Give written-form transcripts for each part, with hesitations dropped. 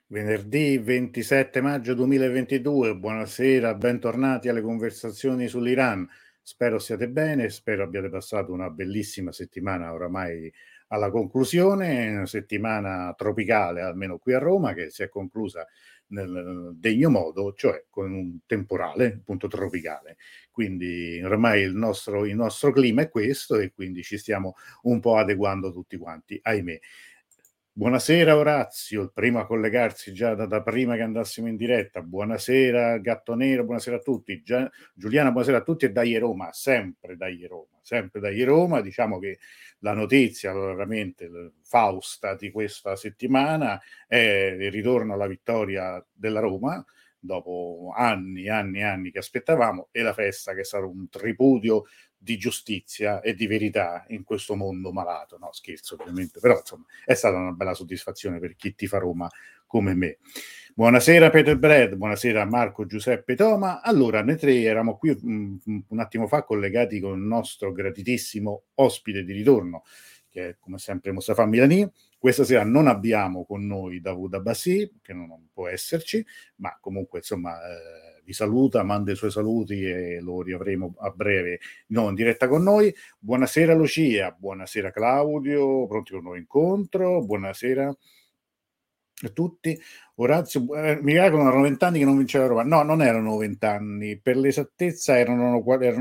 Venerdì 27 maggio 2022, buonasera, bentornati alle conversazioni sull'Iran. Spero siate bene, spero abbiate passato una bellissima settimana oramai alla conclusione, una settimana tropicale, almeno qui a Roma, che si è conclusa nel degno modo, cioè con un temporale, appunto tropicale. Quindi ormai il nostro clima è questo e quindi ci stiamo un po' adeguando tutti quanti, ahimè. Buonasera Orazio, il primo a collegarsi già da prima che andassimo in diretta. Buonasera Gatto Nero, buonasera a tutti. Giuliana, buonasera a tutti e dai Roma, sempre dai Roma, sempre dai Roma. Diciamo che la notizia veramente fausta di questa settimana è il ritorno alla vittoria della Roma dopo anni, anni, anni che aspettavamo, e la festa che è stato un tripudio di giustizia e di verità in questo mondo malato. No, scherzo ovviamente, però insomma è stata una bella soddisfazione per chi tifa Roma come me. Buonasera Peter Brad, buonasera Marco Giuseppe Toma. Allora, noi tre eravamo qui un attimo fa collegati con il nostro gratitissimo ospite di ritorno, che è come sempre Mustafa Milani. Questa sera non abbiamo con noi Davud Abbasi, che non può esserci, ma comunque insomma vi saluta, manda i suoi saluti e lo riavremo a breve in diretta con noi. Buonasera Lucia, buonasera Claudio, pronti per un nuovo incontro, buonasera a tutti. Orazio, mi ricordo erano 20 anni che non vinceva Roma. No, non erano 20 anni, per l'esattezza erano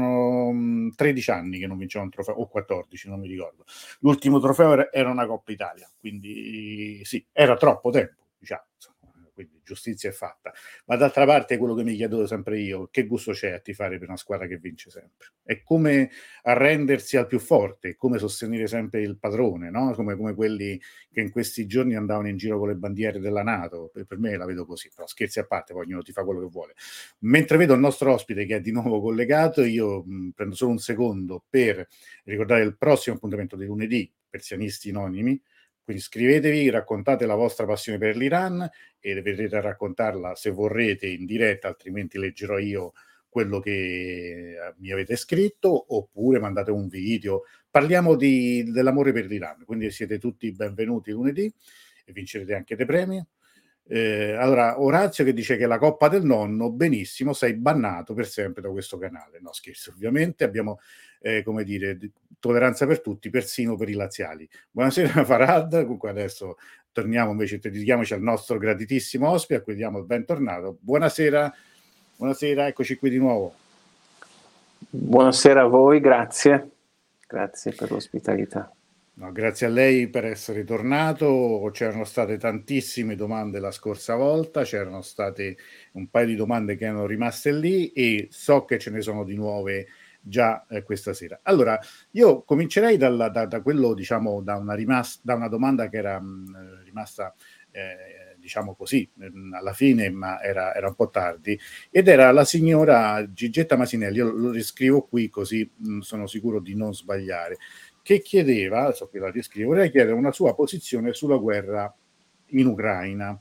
13 anni che non vinceva un trofeo, o 14, non mi ricordo. L'ultimo trofeo era una Coppa Italia, quindi sì, era troppo tempo, diciamo. Quindi giustizia è fatta. Ma d'altra parte quello che mi chiedo sempre io, che gusto c'è a tifare per una squadra che vince sempre? È come arrendersi al più forte, come sostenere sempre il padrone, no? Come quelli che in questi giorni andavano in giro con le bandiere della NATO. Per me la vedo così, però scherzi a parte, poi ognuno ti fa quello che vuole. Mentre vedo il nostro ospite che è di nuovo collegato, io prendo solo un secondo per ricordare il prossimo appuntamento di lunedì, Persianisti Anonimi. Quindi iscrivetevi, raccontate la vostra passione per l'Iran e vedrete a raccontarla se vorrete in diretta, altrimenti leggerò io quello che mi avete scritto, oppure mandate un video. Parliamo dell'amore per l'Iran, quindi siete tutti benvenuti lunedì e vincerete anche dei premi. Allora, Orazio che dice che la Coppa del Nonno, benissimo, sei bannato per sempre da questo canale. No, scherzo, ovviamente abbiamo, come dire, tolleranza per tutti, persino per i laziali. Buonasera Farad, comunque adesso torniamo invece, dedichiamoci al nostro gratitissimo ospite, a cui diamo il bentornato. Buonasera, buonasera, eccoci qui di nuovo. Buonasera a voi, grazie per l'ospitalità. No, grazie a lei per essere tornato. C'erano state tantissime domande la scorsa volta, c'erano state un paio di domande che erano rimaste lì e so che ce ne sono di nuove già questa sera. Allora, io comincerei da quello, diciamo, da una domanda che era rimasta, diciamo così, alla fine, ma era un po' tardi, ed era la signora Gigetta Masinelli. Io lo riscrivo qui così sono sicuro di non sbagliare, che chiedeva, so che la riscrivo, vorrei chiedere una sua posizione sulla guerra in Ucraina,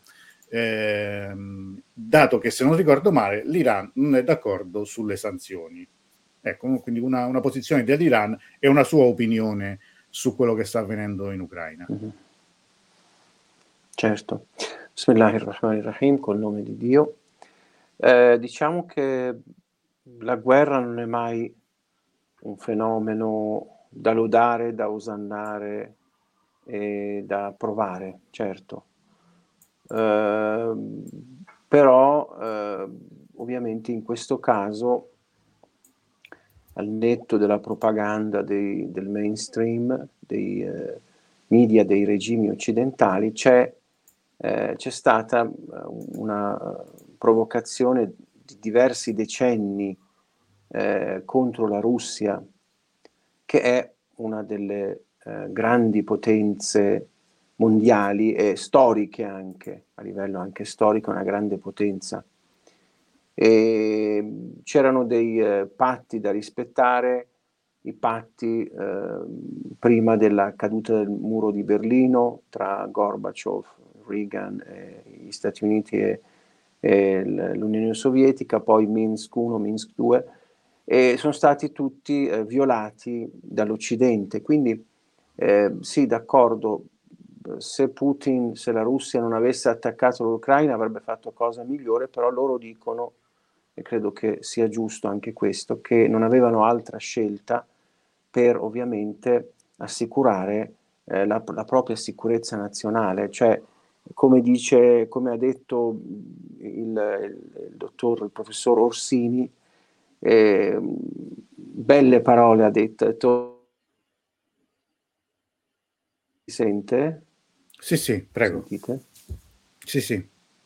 dato che, se non ricordo male, l'Iran non è d'accordo sulle sanzioni. Ecco, quindi una posizione dell'Iran e una sua opinione su quello che sta avvenendo in Ucraina. Certo. Bismillahirrahmanirrahim, col nome di Dio. Diciamo che la guerra non è mai un fenomeno da lodare, da osannare e da approvare, certo. Però ovviamente in questo caso, al netto della propaganda del mainstream, dei media dei regimi occidentali, c'è stata una provocazione di diversi decenni contro la Russia, che è una delle grandi potenze mondiali e storiche anche, a livello anche storico, una grande potenza. E c'erano dei patti da rispettare, i patti prima della caduta del muro di Berlino tra Gorbaciov, Reagan, gli Stati Uniti e l'Unione Sovietica, poi Minsk 1, Minsk 2, e sono stati tutti violati dall'Occidente. Quindi sì, d'accordo, se la Russia non avesse attaccato l'Ucraina avrebbe fatto cosa migliore, però loro dicono, e credo che sia giusto anche questo, che non avevano altra scelta per ovviamente assicurare la propria sicurezza nazionale, cioè come ha detto il professor Orsini, belle parole ha detto, si sente? Sì, sì, prego. Sentite? Sì, sì.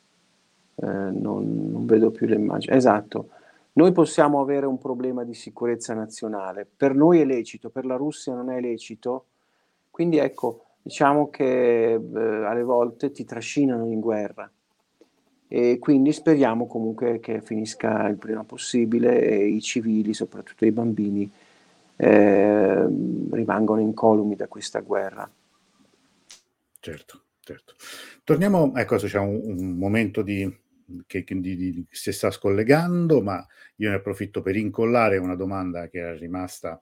Non vedo più le immagini. Esatto. Noi possiamo avere un problema di sicurezza nazionale. Per noi è lecito, per la Russia non è lecito. Quindi ecco, diciamo che alle volte ti trascinano in guerra. E quindi speriamo comunque che finisca il prima possibile e i civili, soprattutto i bambini, rimangono incolumi da questa guerra. Certo, certo. Torniamo, ecco, adesso c'è un momento che si sta scollegando, ma io ne approfitto per incollare una domanda che era rimasta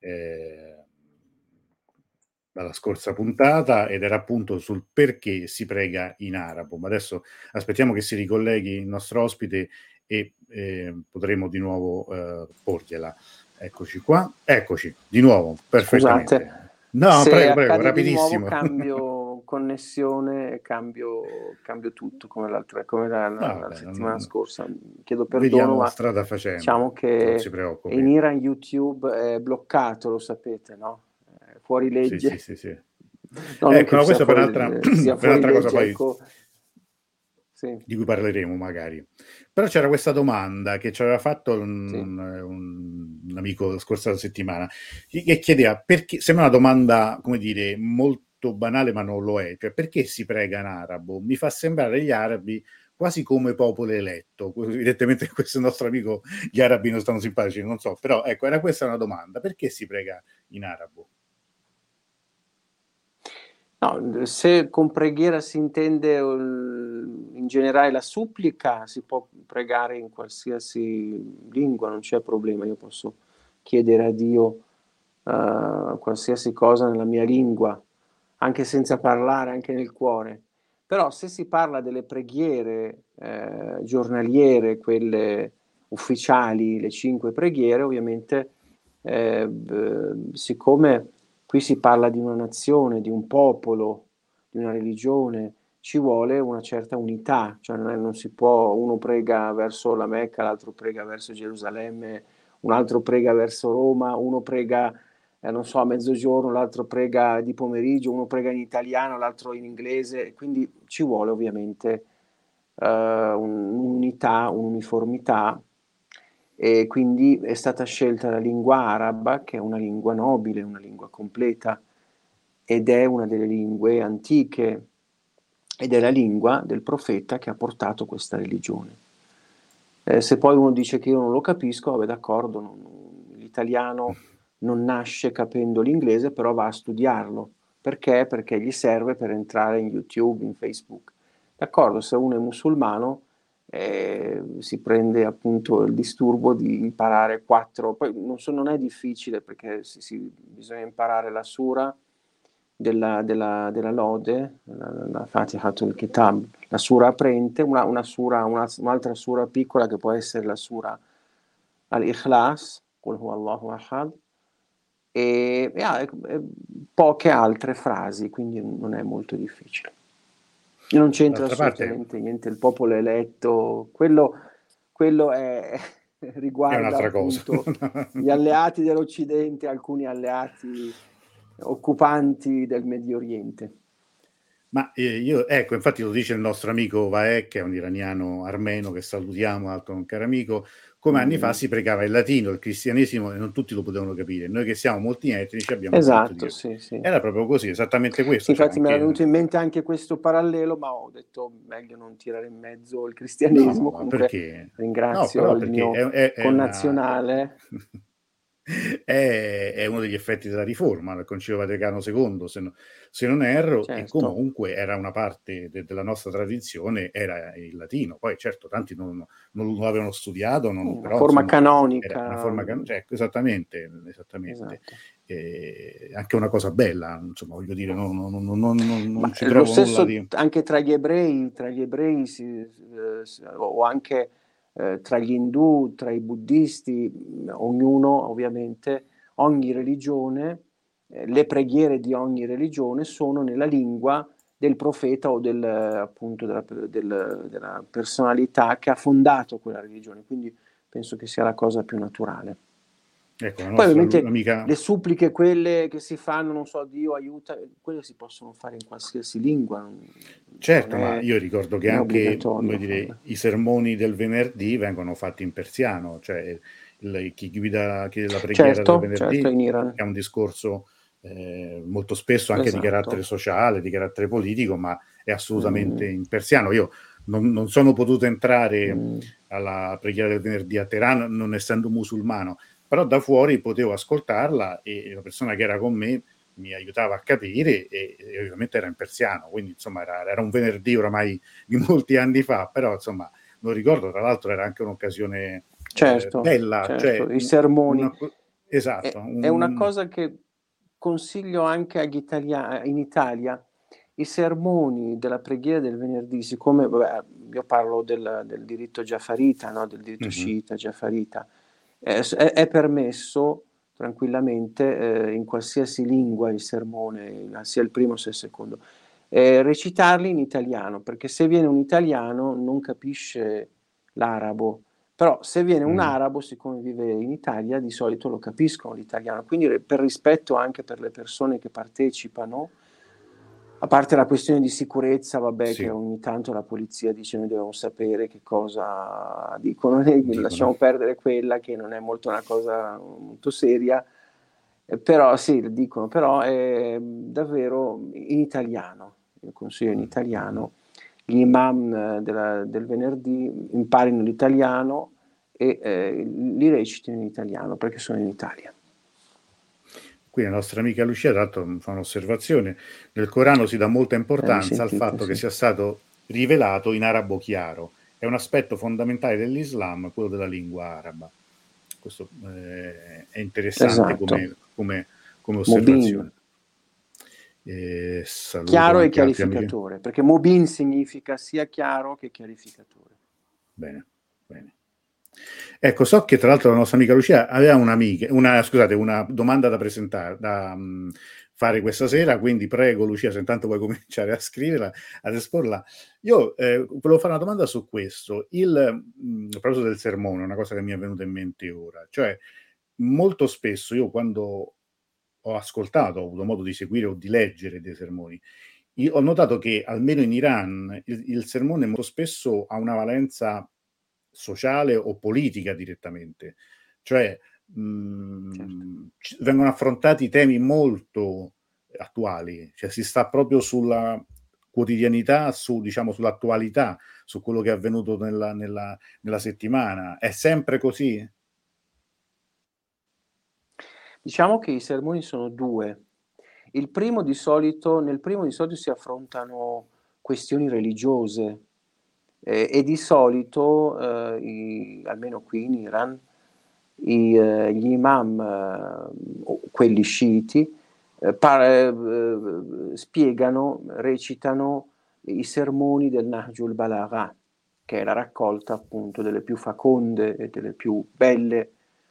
dalla scorsa puntata, ed era appunto sul perché si prega in arabo. Ma adesso aspettiamo che si ricolleghi il nostro ospite e potremo di nuovo porgliela. Eccoci qua, eccoci, di nuovo, perfettamente. Scusate, No, se prego, accade di nuovo rapidissimo. cambio connessione, cambio tutto come No, la vabbè, settimana scorsa. Chiedo perdono, vediamo ma strada facendo, diciamo non si che in preoccupi. Iran YouTube è bloccato, lo sapete, no? Fuori Sì, sì, legge. sì, sì. No, non Ecco, che no, sia questa per fuori, un'altra, sia per fuori un'altra cosa legge, poi ecco. Sì, di cui parleremo magari. Però c'era questa domanda che ci aveva fatto sì. un amico la scorsa settimana, che chiedeva perché, sembra una domanda, come dire, molto banale, ma non lo è, cioè perché si prega in arabo? Mi fa sembrare gli arabi quasi come popolo eletto. Evidentemente questo nostro amico, gli arabi non stanno simpatici, non so, però ecco, era questa una domanda, perché si prega in arabo? No, se con preghiera si intende in generale la supplica, si può pregare in qualsiasi lingua, non c'è problema. Io posso chiedere a Dio qualsiasi cosa nella mia lingua, anche senza parlare, anche nel cuore. Però se si parla delle preghiere giornaliere, quelle ufficiali, le 5 preghiere, ovviamente, siccome qui si parla di una nazione, di un popolo, di una religione, ci vuole una certa unità, cioè non si può, uno prega verso la Mecca, l'altro prega verso Gerusalemme, un altro prega verso Roma, uno prega, non so, a mezzogiorno, l'altro prega di pomeriggio, uno prega in italiano, l'altro in inglese, quindi ci vuole ovviamente un'unità, un'uniformità, e quindi è stata scelta la lingua araba, che è una lingua nobile, una lingua completa, ed è una delle lingue antiche, ed è la lingua del profeta che ha portato questa religione. Se poi uno dice che io non lo capisco, vabbè, d'accordo, l'italiano non nasce capendo l'inglese, però va a studiarlo. Perché? Perché gli serve per entrare in YouTube, in Facebook. D'accordo, se uno è musulmano, si prende appunto il disturbo di imparare 4, poi non è difficile perché bisogna imparare la sura della lode, la Fatihatul Kitab, la sura aprente, un'altra sura piccola che può essere la sura al-Ikhlas, Qul huwallahu ahad, e poche altre frasi, quindi non è molto difficile. Non c'entra D'altra parte assolutamente niente il popolo eletto, quello è riguarda un'altra cosa. appunto gli alleati dell'Occidente, alcuni alleati occupanti del Medio Oriente. Ma io, ecco, infatti lo dice il nostro amico Vaek, che è un iraniano armeno che salutiamo, altro un caro amico, come anni fa Mm. si pregava il latino, il cristianesimo, e non tutti lo potevano capire. Noi che siamo multietnici abbiamo il diritto di Esatto, capire. sì, sì. Era proprio così, esattamente Sì, questo, cioè infatti mi era anche... venuto in mente anche questo parallelo, ma ho detto meglio non tirare in mezzo il No, cristianesimo. ma Comunque perché? No, ringrazio però il perché mio è una... connazionale. è uno degli effetti della riforma del Concilio Vaticano II, se non erro, e Certo. comunque era una parte della nostra tradizione, era il latino. Poi certo tanti non lo avevano studiato, Una però forma insomma era una canonica, forma cioè, esattamente. esatto. Anche una cosa bella, insomma, voglio dire, Ma non ci lo trovo nulla stesso di... anche tra gli ebrei o anche tra gli indù, tra i buddisti, ognuno ovviamente, ogni religione, le preghiere di ogni religione sono nella lingua del profeta o appunto della personalità che ha fondato quella religione, quindi penso che sia la cosa più naturale. Ecco, la Poi nostra ovviamente amica... le suppliche, quelle che si fanno, non so, Dio aiuta, quelle si possono fare in qualsiasi lingua, non Certo, ma è, io ricordo che non è anche, come obbligatorio dire, farle. i sermoni del venerdì vengono fatti in persiano, cioè chi guida la preghiera del Certo, certo, venerdì in Iran, è un discorso molto spesso anche di carattere esatto. sociale, di carattere politico, ma è assolutamente Mm, in persiano. Io non sono potuto entrare mm. alla preghiera del venerdì a Teheran, non essendo musulmano, però da fuori potevo ascoltarla e la persona che era con me mi aiutava a capire e ovviamente era in persiano, quindi insomma era un venerdì oramai di molti anni fa, però insomma non ricordo, tra l'altro era anche un'occasione Certo, bella, cioè certo, i sermoni. esatto, È una cosa che consiglio anche agli in Italia. I sermoni della preghiera del venerdì, siccome vabbè, io parlo del diritto giafarita, no? Del diritto mhm, sciita, giafarita, è permesso tranquillamente in qualsiasi lingua il sermone, sia il primo sia il secondo, recitarli in italiano, perché se viene un italiano non capisce l'arabo, però se viene un mhm, arabo, siccome vive in Italia, di solito lo capiscono l'italiano, quindi per rispetto anche per le persone che partecipano, a parte la questione di sicurezza, vabbè, che sì, ogni tanto la polizia dice noi dobbiamo sapere che cosa dicono, e dicono. lasciamo perdere quella che non è molto una cosa molto seria, però sì, dicono, però è davvero in italiano, io consiglio in Mhm. italiano, gli imam del venerdì imparino l'italiano e li recitino in italiano perché sono in Italia. Qui la nostra amica Lucia, tra l'altro, fa un'osservazione: nel Corano si dà molta Mi importanza al sentite, fatto che sì. sia stato rivelato in arabo chiaro. È un aspetto fondamentale dell'Islam, quello della lingua araba. Questo è interessante Esatto. come Mubin, osservazione. Saluto chiaro e anche altri amici. chiarificatore, perché Mubin significa sia chiaro che chiarificatore. Bene, bene. Ecco, so che tra l'altro la nostra amica Lucia aveva scusate, una domanda da presentare, da fare questa sera, quindi prego Lucia, se intanto vuoi cominciare a scriverla, ad esporla. Io volevo fare una domanda su questo, a proposito del sermone, una cosa che mi è venuta in mente ora, cioè molto spesso io quando ho ascoltato, ho avuto modo di seguire o di leggere dei sermoni, io ho notato che almeno in Iran il sermone molto spesso ha una valenza sociale o politica direttamente, cioè Certo. vengono affrontati temi molto attuali, cioè si sta proprio sulla quotidianità, diciamo, sull'attualità, su quello che è avvenuto nella settimana. È sempre così? Diciamo che i sermoni sono due. Nel primo di solito si affrontano questioni religiose e di solito, almeno qui in Iran, gli imam, o quelli sciiti, spiegano, recitano i sermoni del Nahjul Balagha, che è la raccolta appunto delle più faconde e delle più belle,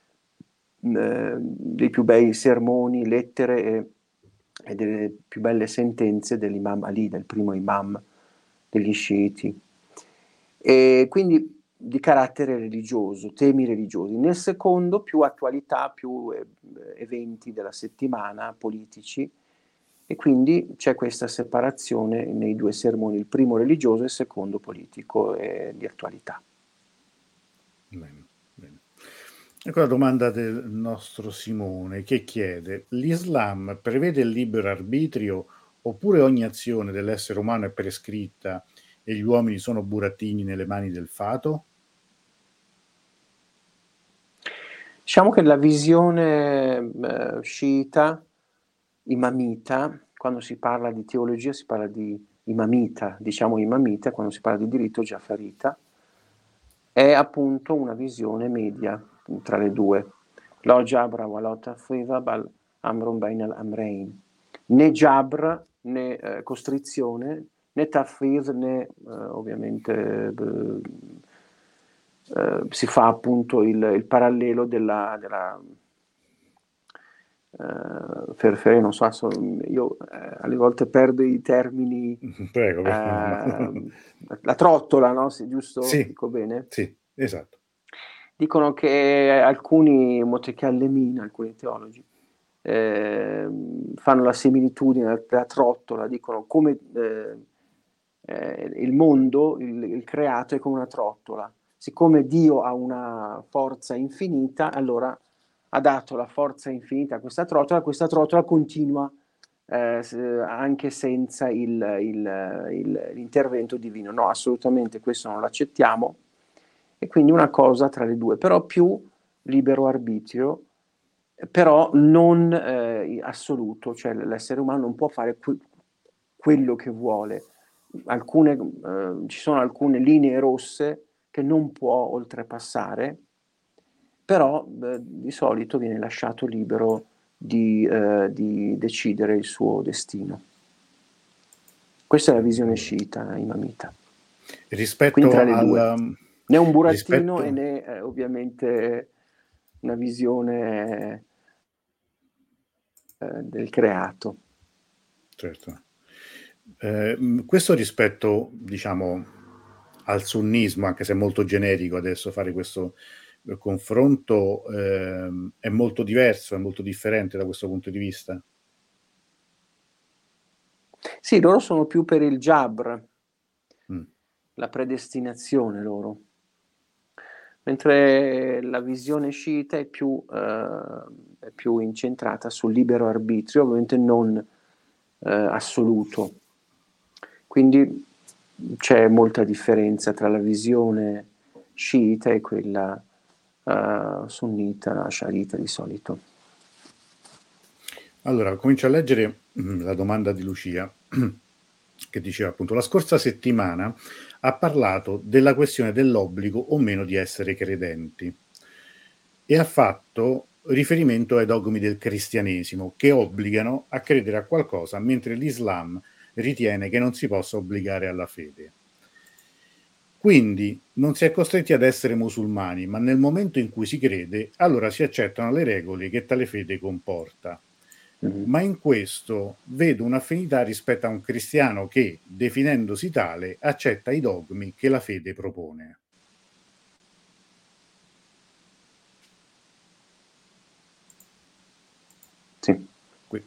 dei più bei sermoni, lettere e delle più belle sentenze dell'Imam Ali, del primo imam degli sciiti. E quindi di carattere religioso, temi religiosi. Nel secondo più attualità, più eventi della settimana, politici, e quindi c'è questa separazione nei due sermoni, il primo religioso e il secondo politico e di attualità. Bene, bene. Ecco la domanda del nostro Simone che chiede: l'Islam prevede il libero arbitrio oppure ogni azione dell'essere umano è prescritta e gli uomini sono burattini nelle mani del fato? Diciamo che la visione sciita, imamita, quando si parla di teologia si parla di imamita, diciamo imamita, quando si parla di diritto jafarita, è appunto una visione media tra le due. Lo jabra wa lo tafwidha bal amrun bain al amrain. Né jabra né costrizione, né tafwidh né ovviamente si fa appunto il parallelo della Ferré, non so, io alle volte perdo i termini, Prego, prego, no, no. la trottola, no? Se giusto, Sì, dico bene? sì, esatto. Dicono che alcuni Motekallemin, alcuni teologi, fanno la similitudine della trottola, dicono come il mondo, il creato è come una trottola. Siccome Dio ha una forza infinita, allora ha dato la forza infinita a questa trottola continua anche senza l'intervento divino. No, assolutamente questo non l'accettiamo. E quindi una cosa tra le due, però più libero arbitrio, però non assoluto, cioè l'essere umano non può fare quello che vuole. Ci sono alcune linee rosse che non può oltrepassare, però di solito viene lasciato libero di decidere il suo destino. Questa è la visione sciita, imamita. Quindi Rispetto tra le due. al... Né un burattino rispetto... né ovviamente una visione del creato. Certo. Questo rispetto, diciamo, al sunnismo, anche se è molto generico adesso fare questo confronto, è molto diverso, è molto differente da questo punto di vista. Sì, loro sono più per il Jabr, Mm. la predestinazione loro, mentre la visione sciita è più incentrata sul libero arbitrio, ovviamente non assoluto. Quindi c'è molta differenza tra la visione sciita e quella sunnita, sciarita di solito. Allora, comincio a leggere la domanda di Lucia, che diceva appunto: la scorsa settimana ha parlato della questione dell'obbligo o meno di essere credenti e ha fatto riferimento ai dogmi del cristianesimo che obbligano a credere a qualcosa, mentre l'Islam ritiene che non si possa obbligare alla fede. Quindi non si è costretti ad essere musulmani, ma nel momento in cui si crede, allora si accettano le regole che tale fede comporta. Ma in questo vedo un'affinità rispetto a un cristiano che, definendosi tale, accetta i dogmi che la fede propone. Sì. Qui.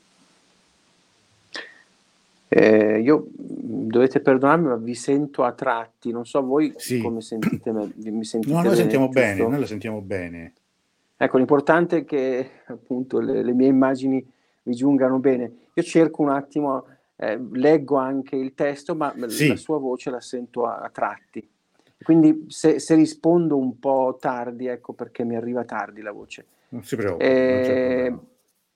Io dovete perdonarmi, ma vi sento a tratti, non so voi Sì. come sentite me, mi No, sentite noi bene, sentiamo bene, giusto? noi la sentiamo bene. Ecco, l'importante è che appunto le mie immagini vi giungano bene. Io cerco un attimo, leggo anche il testo, ma la Sì, sua voce la sento a tratti. Quindi se rispondo un po' tardi, ecco perché mi arriva tardi la voce. non si preoccupi, non c'è Eh, problema.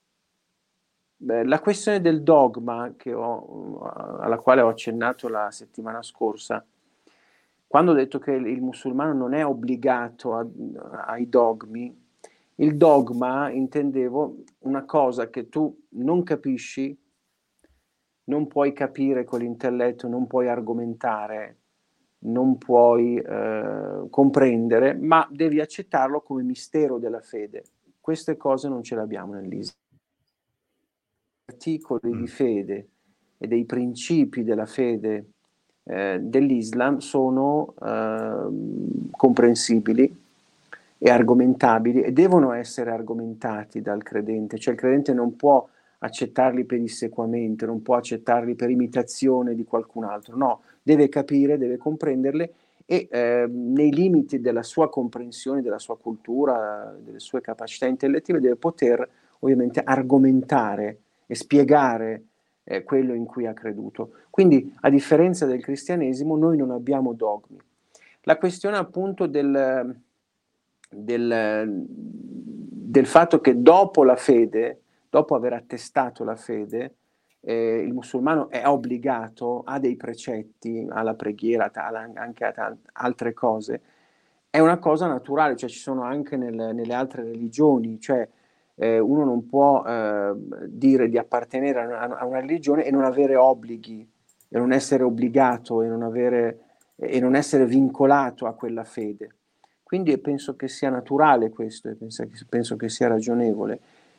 la questione del dogma alla quale ho accennato la settimana scorsa, quando ho detto che il musulmano non è obbligato ai dogmi, il dogma intendevo una cosa che tu non capisci, non puoi capire con l'intelletto, non puoi argomentare, non puoi comprendere, ma devi accettarlo come mistero della fede. Queste cose non ce le abbiamo nell'Islam. Articoli di Mm. fede e dei principi della fede dell'Islam sono comprensibili e argomentabili e devono essere argomentati dal credente, cioè il credente non può accettarli pedissequamente, non può accettarli per imitazione di qualcun altro, no, deve capire, deve comprenderle e nei limiti della sua comprensione, della sua cultura, delle sue capacità intellettive deve poter ovviamente argomentare e spiegare quello in cui ha creduto. Quindi, a differenza del cristianesimo, noi non abbiamo dogmi. La questione appunto del fatto che dopo la fede, dopo aver attestato la fede, il musulmano è obbligato a dei precetti, alla preghiera, anche a altre cose. È una cosa naturale, cioè ci sono anche nelle altre religioni, cioè uno non può dire di appartenere a una religione e non avere obblighi, e non essere obbligato, e non essere vincolato a quella fede. Quindi penso che sia naturale questo, e penso che sia ragionevole,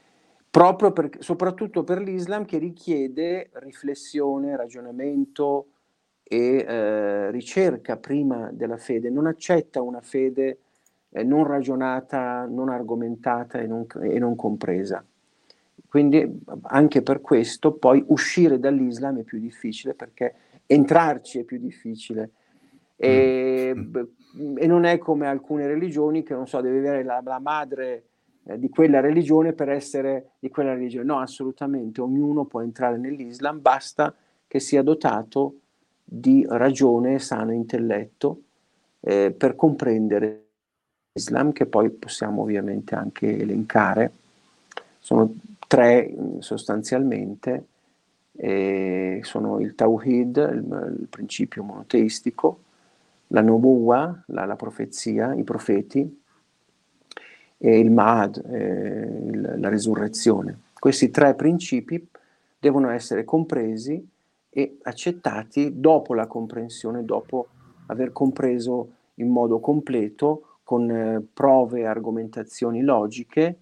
soprattutto per l'Islam, che richiede riflessione, ragionamento e ricerca prima della fede. Non accetta una fede non ragionata, non argomentata e non compresa. Quindi anche per questo poi uscire dall'Islam è più difficile, perché entrarci è più difficile. E non è come alcune religioni che, non so, devi avere la madre di quella religione per essere di quella religione. No, assolutamente, ognuno può entrare nell'Islam, basta che sia dotato di ragione e sano intelletto per comprendere l'Islam, che poi possiamo ovviamente anche elencare. Sono tre sostanzialmente, sono il Tawhid, il principio monoteistico, la Nubuwa, la profezia, i profeti, e il Ma'ad, la risurrezione. Questi tre principi devono essere compresi e accettati dopo la comprensione, dopo aver compreso in modo completo, con prove e argomentazioni logiche.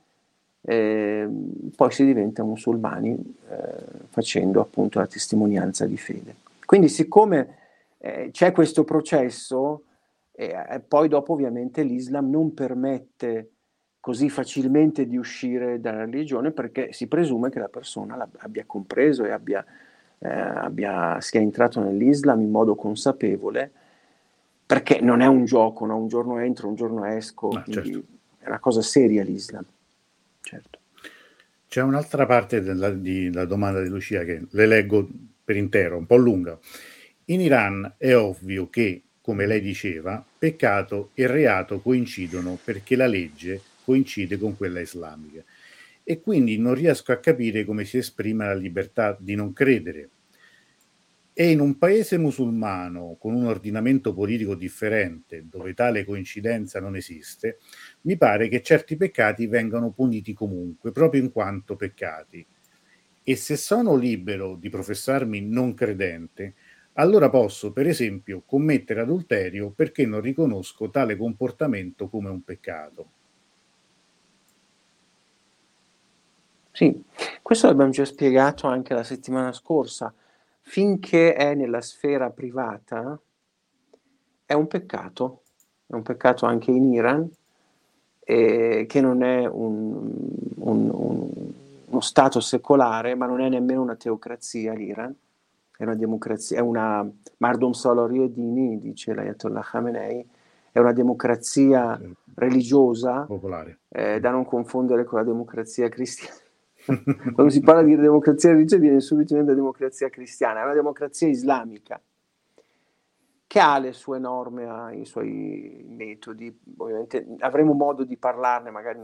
Poi si diventa musulmani facendo appunto la testimonianza di fede. Quindi, siccome c'è questo processo, poi dopo ovviamente l'Islam non permette così facilmente di uscire dalla religione, perché si presume che la persona abbia compreso e sia entrato nell'Islam in modo consapevole, perché non è un gioco, no? Un giorno entro, un giorno esco, quindi certo. è una cosa seria l'Islam. Certo. C'è un'altra parte della domanda di Lucia che le leggo per intero, un po' lunga. In Iran è ovvio che, come lei diceva, peccato e reato coincidono perché la legge coincide con quella islamica. E quindi non riesco a capire come si esprime la libertà di non credere. E in un paese musulmano con un ordinamento politico differente, dove tale coincidenza non esiste, mi pare che certi peccati vengano puniti comunque, proprio in quanto peccati. E se sono libero di professarmi non credente, allora posso, per esempio, commettere adulterio perché non riconosco tale comportamento come un peccato. Sì, questo l'abbiamo già spiegato anche la settimana scorsa. Finché è nella sfera privata, è un peccato anche in Iran, che non è uno stato secolare, ma non è nemmeno una teocrazia l'Iran, è una democrazia, è una Mardom Salori Dini, dice l'Ayatollah Khamenei, è una democrazia religiosa, Popolare. da non confondere con la democrazia cristiana. Quando si parla di democrazia religiosa viene subito in mente la democrazia cristiana, è una democrazia islamica che ha le sue norme, ha i suoi metodi. Ovviamente avremo modo di parlarne magari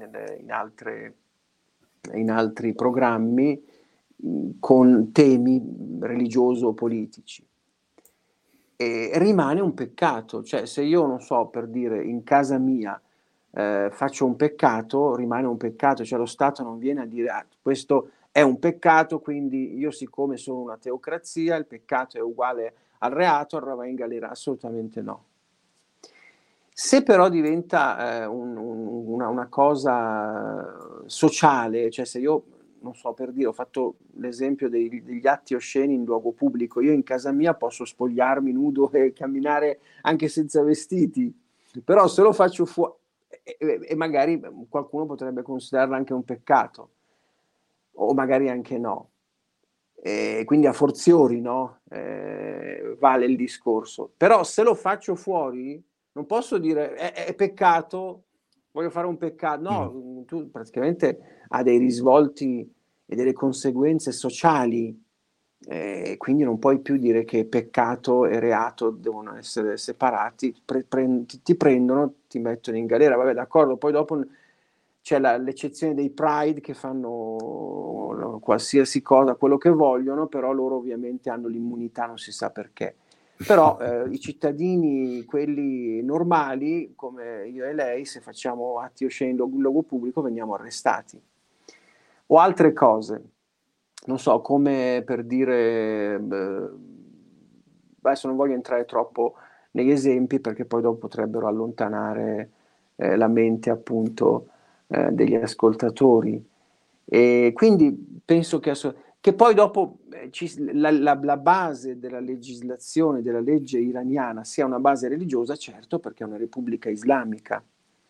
in altri programmi con temi religioso-politici. E rimane un peccato, cioè se io, non so, per dire, in casa mia faccio un peccato, rimane un peccato, cioè lo Stato non viene a dire questo è un peccato, quindi io, siccome sono una teocrazia, il peccato è uguale al reato, allora va in galera. Assolutamente no. Se però diventa una cosa sociale, cioè se io, non so, per dire, ho fatto l'esempio degli atti osceni in luogo pubblico, io in casa mia posso spogliarmi nudo e camminare anche senza vestiti, però se lo faccio fuori, e magari qualcuno potrebbe considerarlo anche un peccato, o magari anche no. Quindi a forziori, no? Vale il discorso. Però se lo faccio fuori, non posso dire è peccato, voglio fare un peccato. No, tu praticamente ha dei risvolti e delle conseguenze sociali, quindi non puoi più dire che peccato e reato devono essere separati. Ti prendono, ti mettono in galera. Vabbè, d'accordo, poi dopo c'è l'eccezione dei Pride che fanno qualsiasi cosa, quello che vogliono, però loro ovviamente hanno l'immunità, non si sa perché. Però i cittadini, quelli normali, come io e lei, se facciamo atti osceni in luogo pubblico, veniamo arrestati. O altre cose, non so, come per dire, adesso non voglio entrare troppo negli esempi perché poi dopo potrebbero allontanare la mente appunto degli ascoltatori. E quindi penso che poi dopo la base della legislazione, della legge iraniana sia una base religiosa, certo, perché è una repubblica islamica.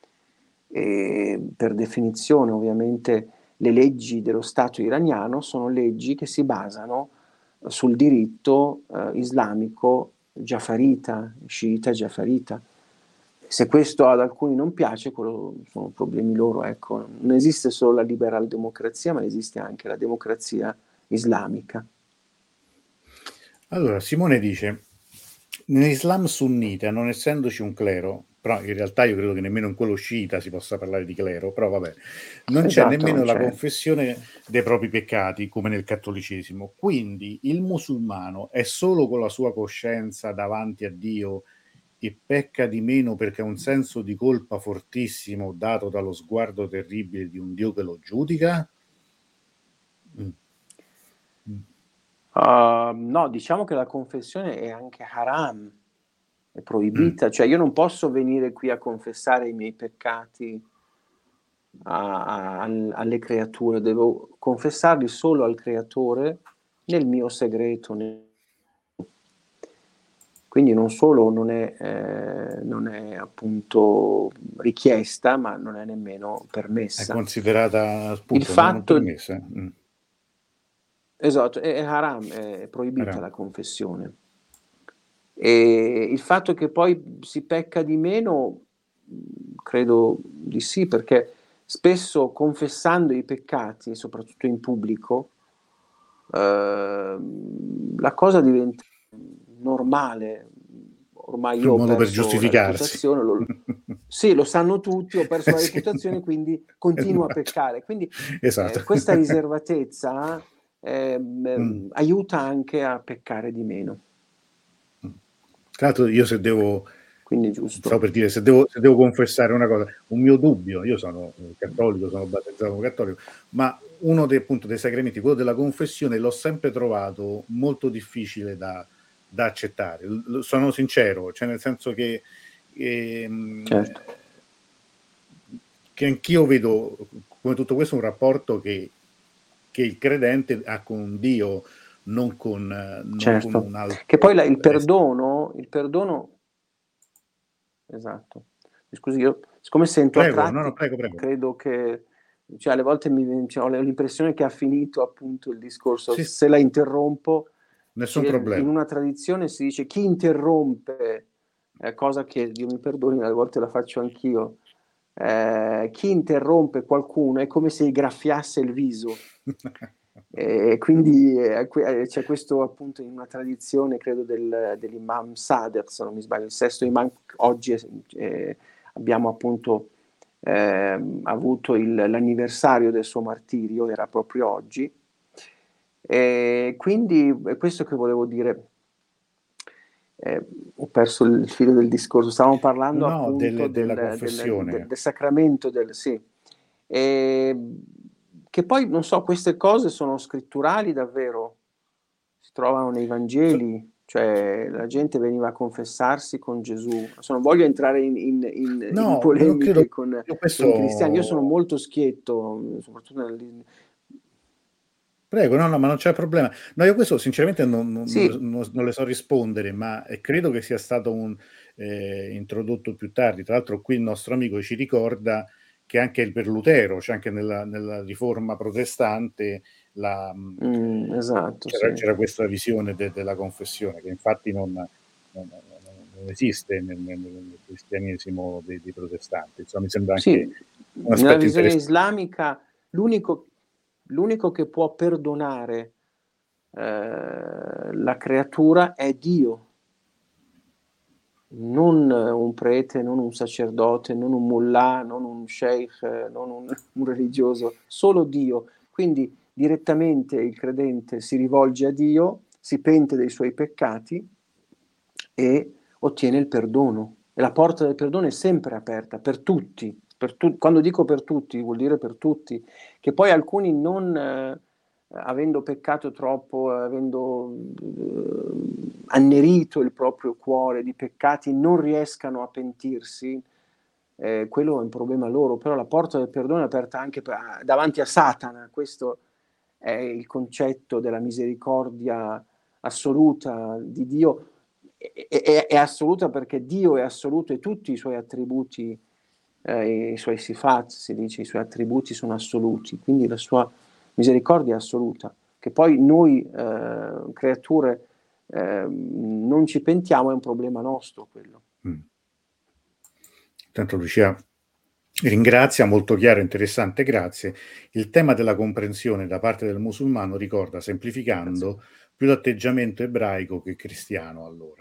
E per definizione, ovviamente, le leggi dello Stato iraniano sono leggi che si basano sul diritto islamico giafarita, sciita giafarita. Se questo ad alcuni non piace, quello sono problemi loro, ecco. Non esiste solo la liberal democrazia, ma esiste anche la democrazia islamica. Allora, Simone dice, nell'Islam sunnita, non essendoci un clero, però in realtà io credo che nemmeno in quello sciita si possa parlare di clero, però vabbè, non c'è Esatto, nemmeno non la c'è. confessione dei propri peccati come nel cattolicesimo. Quindi il musulmano è solo con la sua coscienza davanti a Dio e pecca di meno perché ha un senso di colpa fortissimo dato dallo sguardo terribile di un Dio che lo giudica? Mm. No, diciamo che la confessione è anche haram, è Mm. proibita, cioè io non posso venire qui a confessare i miei peccati alle creature, devo confessarli solo al creatore nel mio segreto. Quindi non solo non è appunto richiesta, ma non è nemmeno È permessa. considerata Il appunto non fatto, permessa. esatto, è haram, è proibita Haram. la confessione. E il fatto che poi si pecca di meno, credo di sì, perché spesso confessando i peccati, soprattutto in pubblico, la cosa diventa normale. Ormai io Un ho modo per perso la giustificarsi. reputazione, sì, lo sanno tutti, ho perso la Sì. reputazione, quindi continuo a Immagino. peccare. Quindi Esatto. questa riservatezza Mm. aiuta anche a peccare di meno. Tra l'altro io se devo, Quindi è stavo giusto. per dire, se devo confessare una cosa, un mio dubbio, io sono cattolico, sono battezzato come cattolico, ma uno appunto dei sacramenti, quello della confessione, l'ho sempre trovato molto difficile da accettare. Sono sincero, cioè nel senso che Certo. anch'io vedo come tutto questo un rapporto che il credente ha con Dio, non con Certo, un altro. che poi il perdono, esatto. Scusi, io siccome sento a Prego, no, tratti, prego, prego. credo che, cioè alle volte cioè, ho l'impressione che ha finito appunto il discorso. Sì, Se la interrompo, nessun in problema. una tradizione si dice chi interrompe, cosa che Dio mi perdoni, alle volte la faccio anch'io, chi interrompe qualcuno è come se gli graffiasse il viso. E quindi c'è questo appunto in una tradizione, credo, dell'Imam Sadr, se non mi sbaglio, il sesto imam. Oggi abbiamo appunto avuto l'anniversario del suo martirio, era proprio oggi. E quindi è questo che volevo dire. Ho perso il filo del discorso, stavamo parlando No, appunto della confessione. del sacramento, sì. Che poi, non so, queste cose sono scritturali davvero, si trovano nei Vangeli, cioè la gente veniva a confessarsi con Gesù. Adesso non voglio entrare in No, non credo, polemiche io con i cristiani, io sono questo. molto schietto, soprattutto Prego, no, no, ma non c'è problema. No, io questo sinceramente Sì, non le so rispondere, ma credo che sia stato introdotto più tardi. Tra l'altro qui il nostro amico ci ricorda che anche per Lutero, cioè anche nella riforma protestante, esatto, sì. c'era questa visione della confessione, che infatti non esiste nel cristianesimo dei protestanti. Insomma, mi sembra anche Sì, un nella aspetto visione interessante. islamica l'unico che può perdonare la creatura è Dio. non un prete, non un sacerdote, non un mullah, non un sheikh, non un religioso, solo Dio. Quindi direttamente il credente si rivolge a Dio, si pente dei suoi peccati e ottiene il perdono. E la porta del perdono è sempre aperta per tutti. Quando dico per tutti, vuol dire per tutti. Che poi alcuni non, avendo peccato troppo, avendo annerito il proprio cuore di peccati, non riescano a pentirsi, quello è un problema loro, però la porta del perdono è aperta anche davanti a Satana. Questo è il concetto della misericordia assoluta di Dio. È assoluta perché Dio è assoluto e tutti i suoi attributi, i suoi sifat, si dice, i suoi attributi sono assoluti, quindi la sua misericordia è assoluta. Che poi noi, creature, non ci pentiamo, è un problema nostro quello. Tanto Lucia ringrazia, molto chiaro, interessante, grazie. Il tema della comprensione da parte del musulmano ricorda, semplificando, Grazie. più l'atteggiamento ebraico che cristiano allora.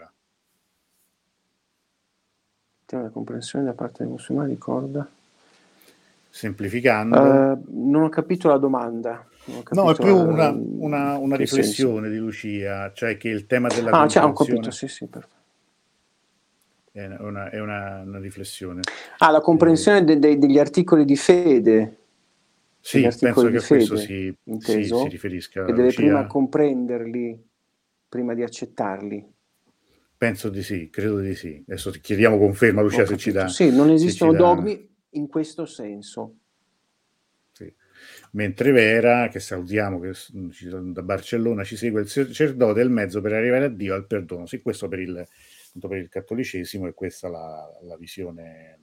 Il tema della comprensione da parte dei musulmani ricorda? Semplificando... non ho capito la domanda. Non ho No, è capito più una che senso. riflessione di Lucia, cioè che il tema della Ho capito, comprensione sì, perfetto. è una riflessione. La comprensione degli articoli di fede, degli Sì, penso articoli che di a questo fede, si inteso, che riferisca deve prima Lucia. comprenderli, prima di accettarli. Penso di sì, credo di sì. Adesso ti chiediamo conferma, Ho Lucia, capito. Sì, non se ci esistono dà... dogmi in questo senso. Sì. Mentre Vera, che salutiamo, che da Barcellona ci segue, il sacerdote è il mezzo per arrivare a Dio, al perdono. Sì, questo per il cattolicesimo, e questa la visione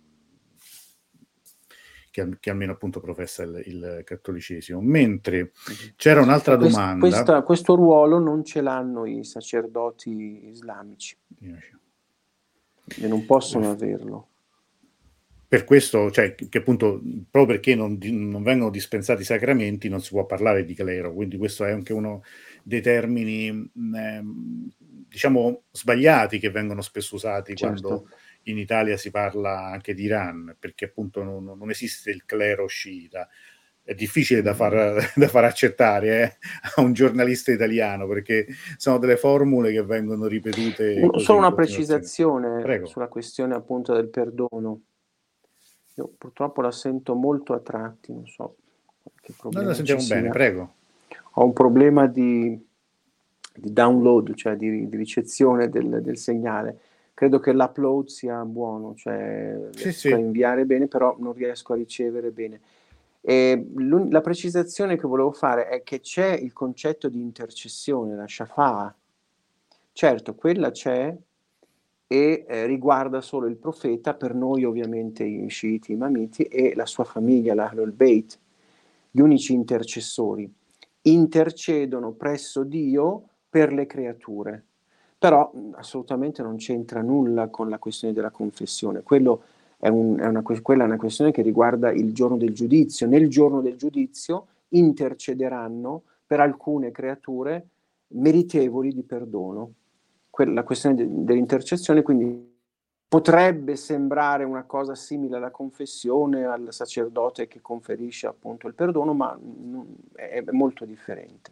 che almeno appunto professa il cattolicesimo. Mentre c'era un'altra domanda. Questo ruolo non ce l'hanno i sacerdoti islamici e non possono averlo. Per questo, cioè, che appunto, proprio perché non vengono dispensati i sacramenti, non si può parlare di clero, quindi questo è anche uno dei termini, diciamo, sbagliati che vengono spesso usati quando Certo. in Italia si parla anche di Iran, perché appunto non esiste il clero sciita. È difficile da far accettare a un giornalista italiano, perché sono delle formule che vengono ripetute così Solo in una continuazione. precisazione Prego. sulla questione appunto del perdono. Io purtroppo la sento molto a tratti, non so che Noi la problema ci sentiamo bene, sia. prego. Ho un problema di download, cioè di ricezione del segnale. Credo che l'upload sia buono, cioè Sì, riesco a sì. inviare bene, però non riesco a ricevere bene. E la precisazione che volevo fare è che c'è il concetto di intercessione, la shafa'a. Certo, quella c'è e riguarda solo il profeta, per noi ovviamente i sciiti, i imamiti e la sua famiglia, l'Ahlul Bayt, gli unici intercessori. Intercedono presso Dio per le creature. Però assolutamente non c'entra nulla con la questione della confessione. Quella è una questione che riguarda il giorno del giudizio. Nel giorno del giudizio intercederanno per alcune creature meritevoli di perdono. La questione dell'intercessione quindi potrebbe sembrare una cosa simile alla confessione, al sacerdote che conferisce appunto il perdono, ma è molto differente.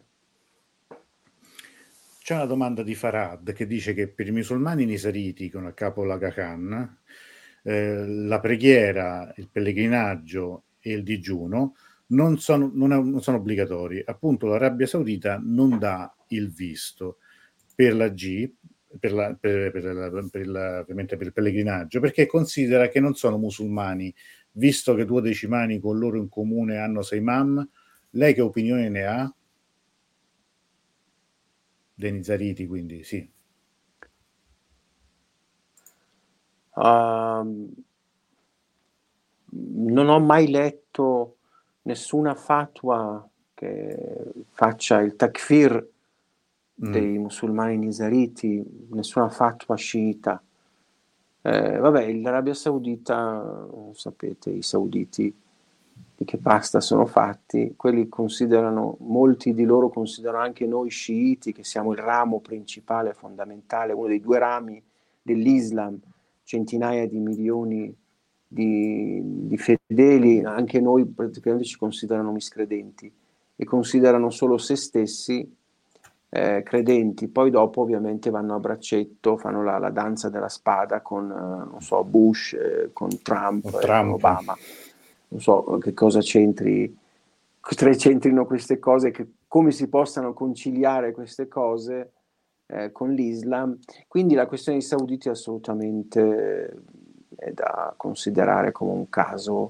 C'è una domanda di Farad che dice che per i musulmani nisariti, con a capo l'Aga Khan, la preghiera, il pellegrinaggio e il digiuno non sono obbligatori. Appunto, l'Arabia Saudita non dà il visto per la G, ovviamente per il pellegrinaggio, perché considera che non sono musulmani, visto che 12 con loro in comune hanno 6 imam. Lei che opinione ne ha? Dei Nizariti, quindi sì. Non ho mai letto nessuna fatwa che faccia il takfir dei musulmani nisariti, nessuna fatwa sciita. Vabbè, l'Arabia Saudita, sapete, i sauditi di che pasta sono fatti, molti di loro considerano anche noi sciiti, che siamo il ramo principale, fondamentale, uno dei due rami dell'Islam, centinaia di milioni di fedeli, anche noi praticamente ci considerano miscredenti e considerano solo se stessi credenti. Poi dopo ovviamente vanno a braccetto, fanno la danza della spada con, non so, Bush, con Trump e con Trump. Obama. Non so che cosa c'entrino queste cose, come si possano conciliare queste cose con l'Islam. Quindi la questione dei sauditi assolutamente è da considerare come un caso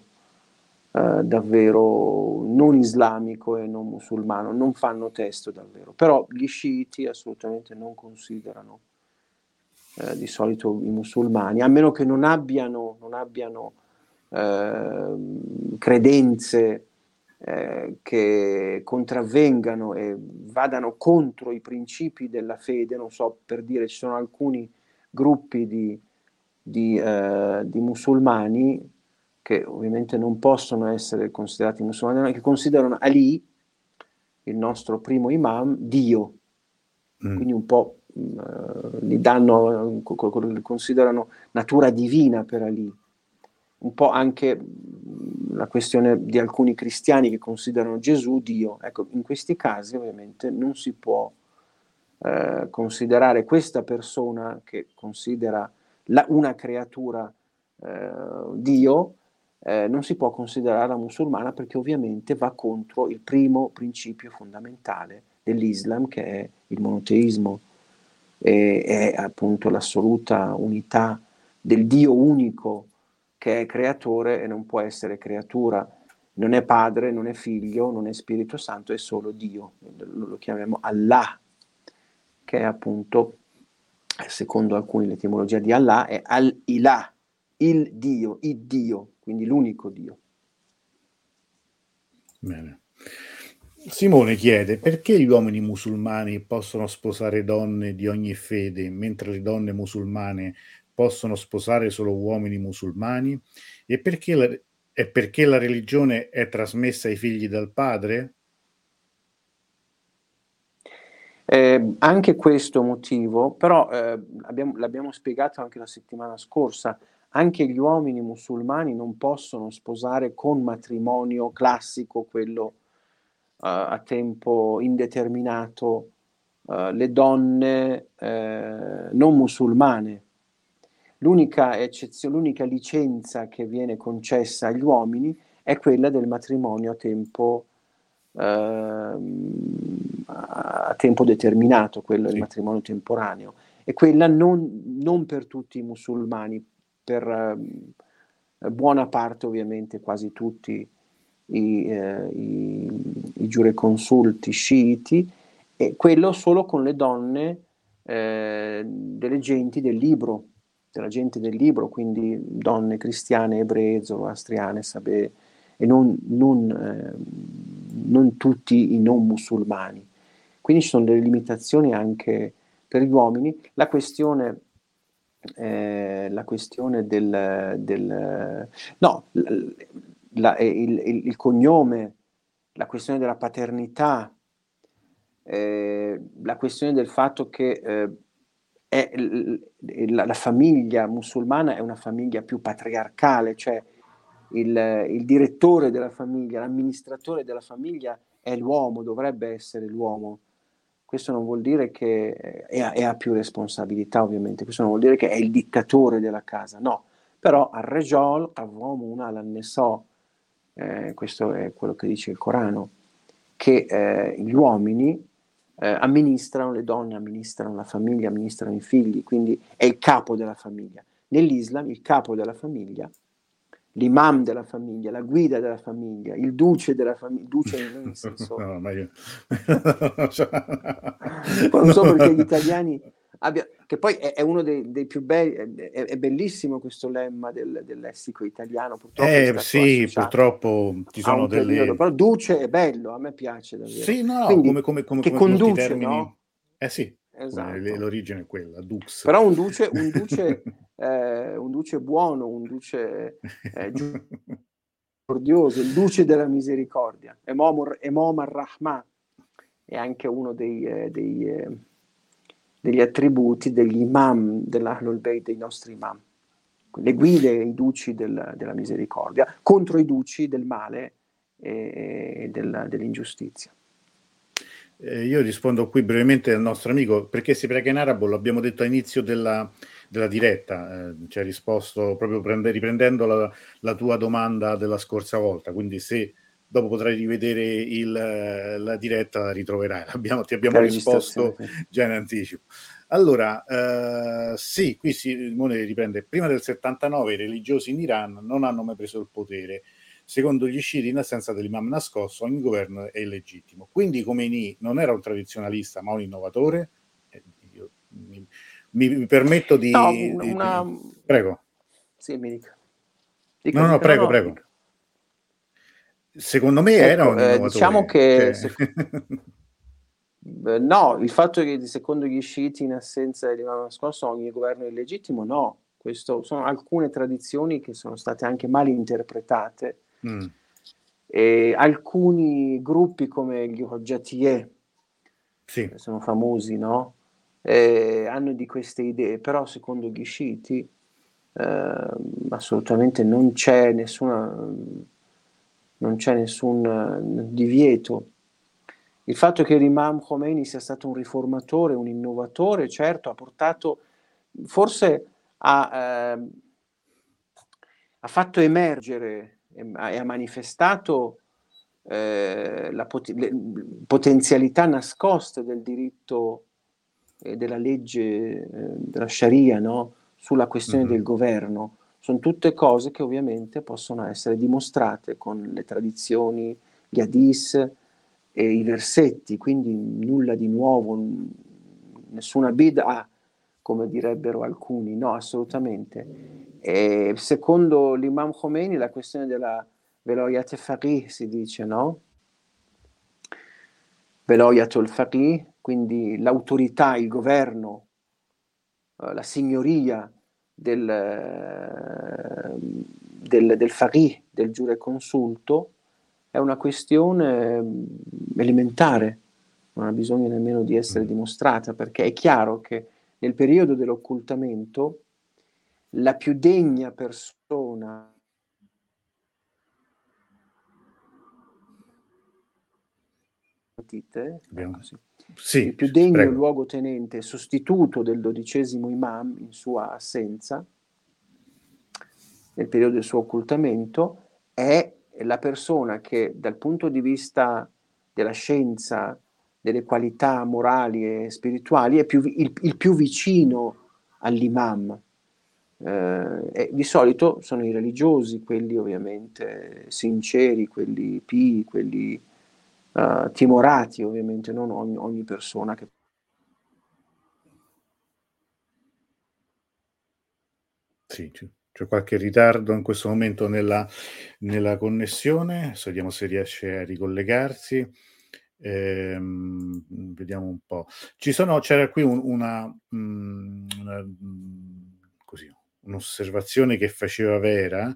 davvero non islamico e non musulmano, non fanno testo davvero, però gli sciiti assolutamente non considerano di solito i musulmani, a meno che non abbiano credenze che contravvengano e vadano contro i principi della fede. Non so, per dire, ci sono alcuni gruppi di musulmani che ovviamente non possono essere considerati musulmani, che considerano Ali, il nostro primo imam, Dio. Quindi un po' gli danno, considerano natura divina per Ali. Un po' anche la questione di alcuni cristiani che considerano Gesù Dio. Ecco, in questi casi ovviamente non si può considerare questa persona che considera una creatura Dio, non si può considerarla musulmana, perché ovviamente va contro il primo principio fondamentale dell'Islam, che è il monoteismo, è appunto l'assoluta unità del Dio unico che è creatore e non può essere creatura. Non è padre, non è figlio, non è Spirito Santo, è solo Dio. Lo chiamiamo Allah, che è appunto, secondo alcuni, l'etimologia di Allah è Al-Ilah, il Dio, quindi l'unico Dio. Bene. Simone chiede: perché gli uomini musulmani possono sposare donne di ogni fede, mentre le donne musulmane possono sposare solo uomini musulmani? E perché la religione è trasmessa ai figli dal padre? Anche questo motivo, però l'abbiamo spiegato anche la settimana scorsa, anche gli uomini musulmani non possono sposare con matrimonio classico, quello a tempo indeterminato, le donne non musulmane. L'unica eccezione, l'unica licenza che viene concessa agli uomini è quella del matrimonio a tempo determinato, quello è il matrimonio temporaneo, e quella non per tutti i musulmani, per buona parte ovviamente, quasi tutti i giureconsulti sciiti, e quello solo con le donne delle genti del libro, della gente del libro, quindi donne cristiane, ebree, zoroastriane, sabè, e non tutti i non musulmani. Quindi ci sono delle limitazioni anche per gli uomini. La questione il cognome, la questione della paternità, la questione del fatto che la famiglia musulmana è una famiglia più patriarcale, cioè il direttore della famiglia, l'amministratore della famiglia è l'uomo, dovrebbe essere l'uomo. Questo non vuol dire che ha più responsabilità, ovviamente, questo non vuol dire che è il dittatore della casa, no. Però al-Rejal qawwamuna 'ala an-nisa, questo è quello che dice il Corano, che gli uomini amministrano, le donne amministrano la famiglia, amministrano i figli, quindi è il capo della famiglia. Nell'Islam il capo della famiglia, l'imam della famiglia, la guida della famiglia, il duce della famiglia, duce non in senso... No, ma io... non so perché gli italiani che poi è uno dei più belli, è bellissimo questo lemma del lessico italiano, purtroppo è stato sì, associato purtroppo ci a sono un periodo, delle... però duce è bello, a me piace davvero. Sì, no, Quindi, che come molti conduce, termini... no? Sì, Esatto. l'origine è quella, dux. Però un duce buono, un duce misericordioso, il duce della misericordia, Emom ar-Rahman, è anche uno degli attributi degli imam dell'Ahlul Bayt, dei nostri imam. le guide, i duci della misericordia, contro i duci del male e dell'ingiustizia. Io rispondo qui brevemente al nostro amico, perché si prega in arabo, l'abbiamo detto all'inizio della diretta, ci ha risposto proprio riprendendo la tua domanda della scorsa volta, quindi se dopo potrai rivedere la diretta la ritroverai, ti abbiamo risposto già in anticipo. Allora, sì, qui Simone riprende, prima del 79 i religiosi in Iran non hanno mai preso il potere. Secondo gli sciiti, in assenza dell'imam nascosto, ogni governo è illegittimo. Quindi Khomeini non era un tradizionalista, ma un innovatore? Io mi permetto di... No, Prego. Sì, mi dica. No, prego. Secondo me era un innovatore. Diciamo che... No, il fatto che secondo gli sciiti in assenza dell'imam nascosto ogni governo è illegittimo, no. Questo sono alcune tradizioni che sono state anche mal interpretate. E alcuni gruppi come gli Hojjatiyeh, sì, sono famosi, no? Hanno di queste idee, però secondo gli sciiti assolutamente non c'è nessun divieto. Il fatto che l'imam Khomeini sia stato un riformatore, un innovatore, certo, ha portato, forse ha fatto emergere e ha manifestato le potenzialità nascoste del diritto e della legge della Sharia, no? Sulla questione del governo. Sono tutte cose che ovviamente possono essere dimostrate con le tradizioni, gli hadith e i versetti, quindi nulla di nuovo, nessuna bid'ah, come direbbero alcuni, no, assolutamente. E secondo l'imam Khomeini la questione della veloyat faqih si dice, no? Veloyatul faqih, quindi l'autorità, il governo, la signoria del faqih, del giureconsulto, è una questione elementare, non ha bisogno nemmeno di essere dimostrata, perché è chiaro che nel periodo dell'occultamento la più degna persona ecco sì. Il più degno luogotenente sostituto del 12° imam in sua assenza nel periodo del suo occultamento è la persona che dal punto di vista della scienza, delle qualità morali e spirituali è il più vicino all'imam. E di solito sono i religiosi, quelli ovviamente sinceri, quelli pii, quelli timorati, ovviamente non ogni persona che... Sì, c'è qualche ritardo in questo momento nella connessione, vediamo se riesce a ricollegarsi. Vediamo un po'. C'era qui così, un'osservazione che faceva Vera.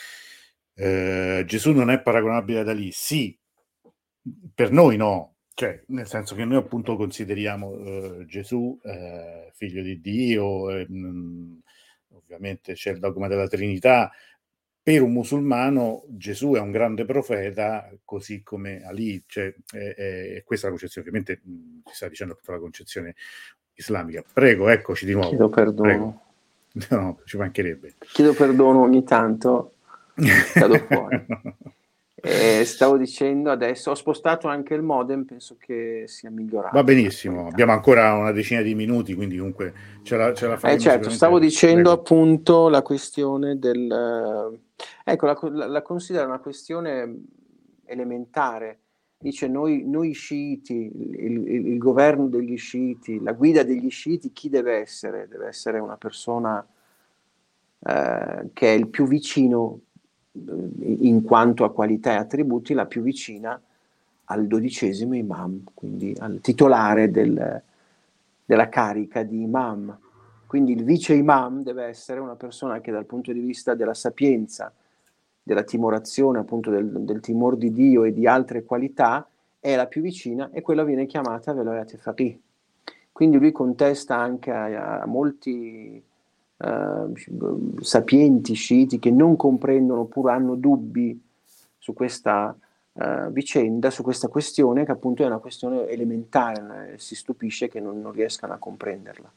Gesù non è paragonabile ad Ali. Sì, per noi no, cioè nel senso che noi appunto consideriamo Gesù figlio di Dio, ovviamente c'è il dogma della Trinità. Per un musulmano Gesù è un grande profeta, così come Ali, cioè, questa è la concezione, ovviamente si sta dicendo tutta la concezione islamica. Prego, eccoci di nuovo. Chiedo perdono. Prego. No, ci mancherebbe. Chiedo perdono ogni tanto, cado fuori. Stavo dicendo adesso, ho spostato anche il modem, penso che sia migliorato. Va benissimo, abbiamo ancora una decina di minuti, quindi comunque ce la faremo. Certo, stavo dicendo appunto la questione del... ecco, la considero una questione elementare. Dice noi sciiti, il governo degli sciiti, la guida degli sciiti, chi deve essere? Deve essere una persona che è il più vicino, in quanto a qualità e attributi, la più vicina al 12° imam, quindi al titolare della carica di imam. Quindi il vice imam deve essere una persona che dal punto di vista della sapienza, della timorazione, appunto del timor di Dio e di altre qualità, è la più vicina e quella viene chiamata veloyat faqih. Quindi lui contesta anche a molti sapienti sciiti che non comprendono oppure hanno dubbi su questa vicenda, su questa questione, che appunto è una questione elementare, si stupisce che non riescano a comprenderla.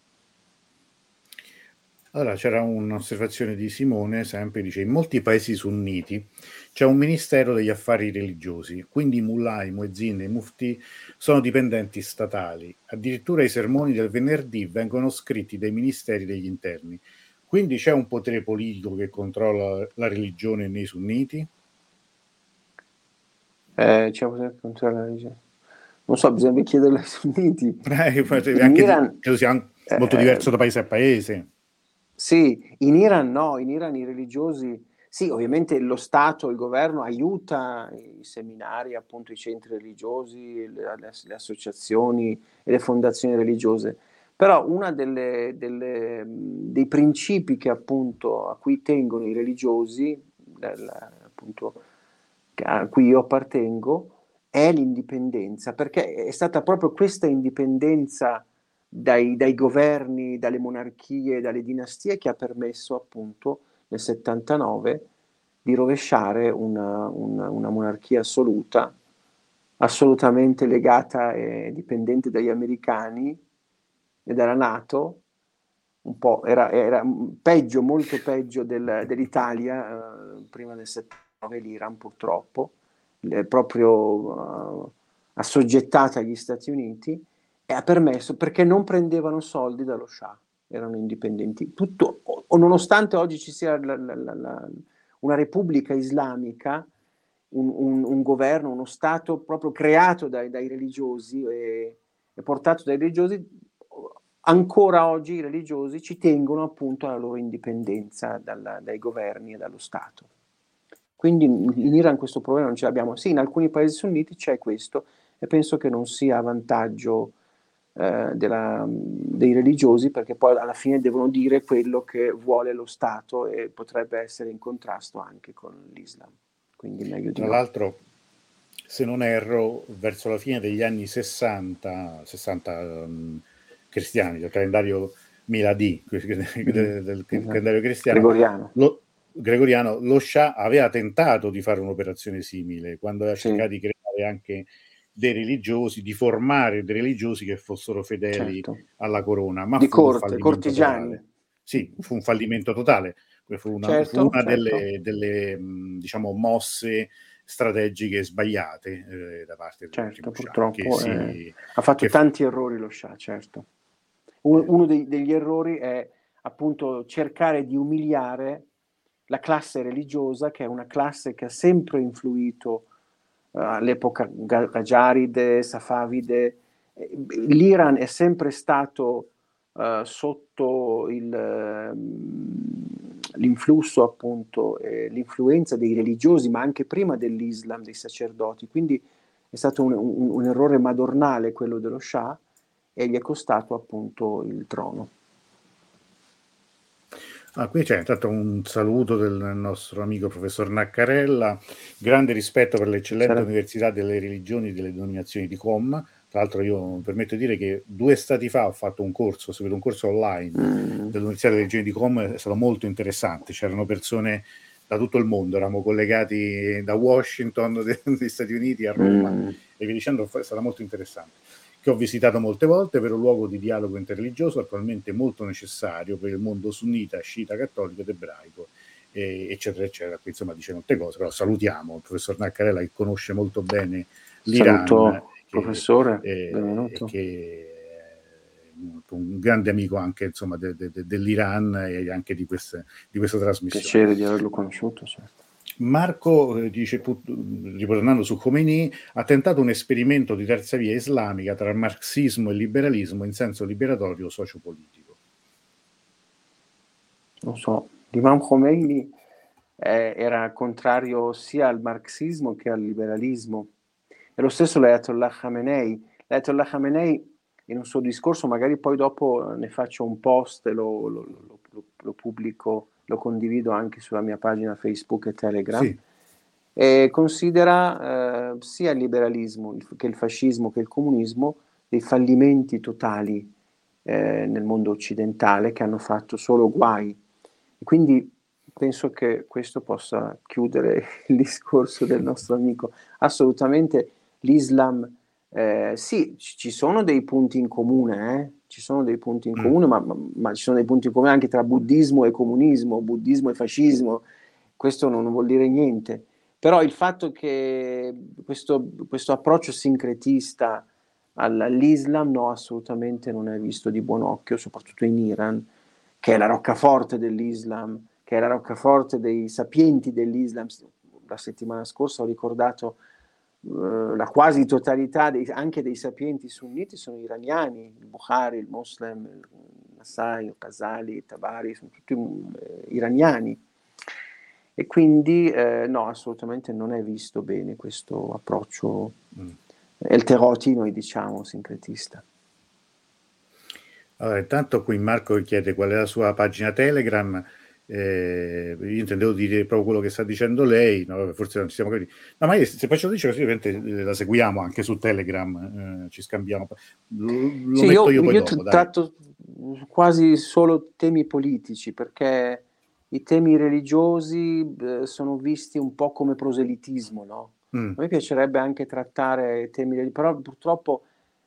Allora, c'era un'osservazione di Simone, sempre dice, in molti paesi sunniti c'è un ministero degli affari religiosi, quindi i mullah, i muezzin e i mufti sono dipendenti statali. Addirittura i sermoni del venerdì vengono scritti dai ministeri degli interni. Quindi c'è un potere politico che controlla la religione nei sunniti? C'è un potere che controlla la religione. Non so, bisogna chiederlo ai sunniti. In Anche Iran, credo sia molto diverso da paese a paese. sì, in Iran no, in Iran i religiosi, sì, ovviamente lo Stato, il governo aiuta i seminari, appunto i centri religiosi, le associazioni e le fondazioni religiose, però una dei principi che appunto a cui tengono i religiosi, appunto a cui io appartengo, è l'indipendenza, perché è stata proprio questa indipendenza dai governi, dalle monarchie, dalle dinastie che ha permesso appunto nel 79 di rovesciare una monarchia assoluta, assolutamente legata e dipendente dagli americani e dalla NATO, un po', era peggio, molto peggio dell'Italia, prima del 79, l'Iran purtroppo, proprio assoggettata agli Stati Uniti, e ha permesso, perché non prendevano soldi dallo Shah, erano indipendenti. Tutto, o nonostante oggi ci sia una repubblica islamica, un governo, uno Stato proprio creato dai religiosi e portato dai religiosi, ancora oggi i religiosi ci tengono appunto alla loro indipendenza dai governi e dallo Stato. Quindi in Iran questo problema non ce l'abbiamo. Sì, in alcuni paesi sunniti c'è questo e penso che non sia a vantaggio dei religiosi, perché poi alla fine devono dire quello che vuole lo Stato e potrebbe essere in contrasto anche con l'Islam. Quindi meglio di Tra no. l'altro, se non erro, verso la fine degli anni 60 cristiani, del calendario Miladi, del calendario cristiano, gregoriano, lo Shah aveva tentato di fare un'operazione simile, quando aveva cercato di creare anche dei religiosi, di formare dei religiosi che fossero fedeli alla corona, ma fu un fallimento totale. Sì, fu un fallimento totale. Fu una delle diciamo, mosse strategiche sbagliate da parte del regime Shah. Purtroppo ha fatto tanti errori lo Shah, certo. Uno degli errori è appunto cercare di umiliare la classe religiosa, che è una classe che ha sempre influito all'epoca Gajaride, Safavide. L'Iran è sempre stato sotto l'influsso appunto, l'influenza dei religiosi, ma anche prima dell'Islam, dei sacerdoti. Quindi è stato un errore madornale quello dello Shah e gli è costato appunto il trono. Qui c'è intanto un saluto del nostro amico professor Naccarella, grande rispetto per l'eccellente Università delle Religioni e delle Denominazioni di Com. Tra l'altro io mi permetto di dire che 2 stati fa ho fatto un corso, ho seguito un corso online dell'Università delle Religioni di Com, è stato molto interessante, c'erano persone da tutto il mondo, eravamo collegati da Washington, degli Stati Uniti a Roma e via dicendo, è stato molto interessante, che ho visitato molte volte per un luogo di dialogo interreligioso attualmente molto necessario per il mondo sunnita, sciita, cattolico ed ebraico, eccetera, eccetera. Qui insomma dice molte cose, però salutiamo il professor Naccarella che conosce molto bene l'Iran. Saluto, professore, benvenuto. Che è un grande amico anche insomma dell'Iran e anche di questa trasmissione. Piacere di averlo conosciuto, certo. Marco dice, ritornando su Khomeini, ha tentato un esperimento di terza via islamica tra marxismo e liberalismo in senso liberatorio sociopolitico. Non so, l'Imam Khomeini era contrario sia al marxismo che al liberalismo. E lo stesso l'Ayatollah Khamenei. L'Ayatollah Khamenei in un suo discorso, magari poi dopo ne faccio un post e lo pubblico, lo condivido anche sulla mia pagina Facebook e Telegram, sì. E considera sia il liberalismo che il fascismo che il comunismo dei fallimenti totali nel mondo occidentale, che hanno fatto solo guai. E quindi penso che questo possa chiudere il discorso del nostro amico. Assolutamente l'Islam, sì, ci sono dei punti in comune, ci sono dei punti in comune, ma ci sono dei punti in comune anche tra buddismo e comunismo, buddismo e fascismo. Questo non vuol dire niente. Però il fatto che questo approccio sincretista all'Islam, no, assolutamente non è visto di buon occhio, soprattutto in Iran, che è la roccaforte dell'Islam, che è la roccaforte dei sapienti dell'Islam. La settimana scorsa ho ricordato la quasi totalità anche dei sapienti sunniti sono iraniani, il Bukhari, il Muslim, il Nasai, il Ghazali, il Tabari, sono tutti iraniani. E quindi no, assolutamente non è visto bene questo approccio elteroti, noi diciamo, sincretista. Allora, intanto qui Marco chiede qual è la sua pagina Telegram. Io intendevo dire proprio quello che sta dicendo lei, no, forse non ci siamo capiti. No, ma se poi ce lo dice così ovviamente la seguiamo anche su Telegram, ci scambiamo. Lo sì, metto io poi dopo, dai. tratto quasi solo temi politici, perché i temi religiosi sono visti un po' come proselitismo, no? A me piacerebbe anche trattare temi religiosi, però purtroppo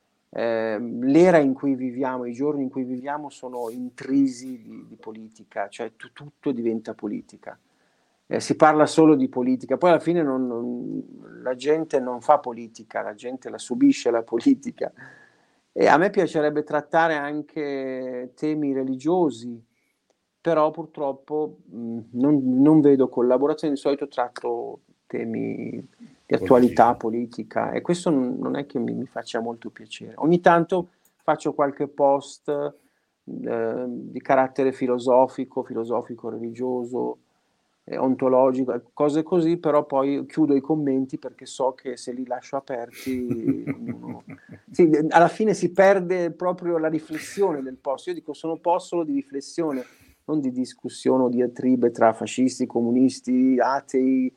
l'era in cui viviamo, i giorni in cui viviamo sono intrisi di politica, cioè tutto diventa politica. Si parla solo di politica, poi alla fine la gente non fa politica, la gente la subisce la politica. E a me piacerebbe trattare anche temi religiosi, però purtroppo non vedo collaborazioni, di solito tratto temi di attualità politica e questo non è che mi faccia molto piacere. Ogni tanto faccio qualche post di carattere filosofico, religioso, ontologico, cose così, però poi chiudo i commenti perché so che se li lascio aperti sì, alla fine si perde proprio la riflessione del post. Io dico sono post solo di riflessione, non di discussione o diatribe tra fascisti, comunisti, atei,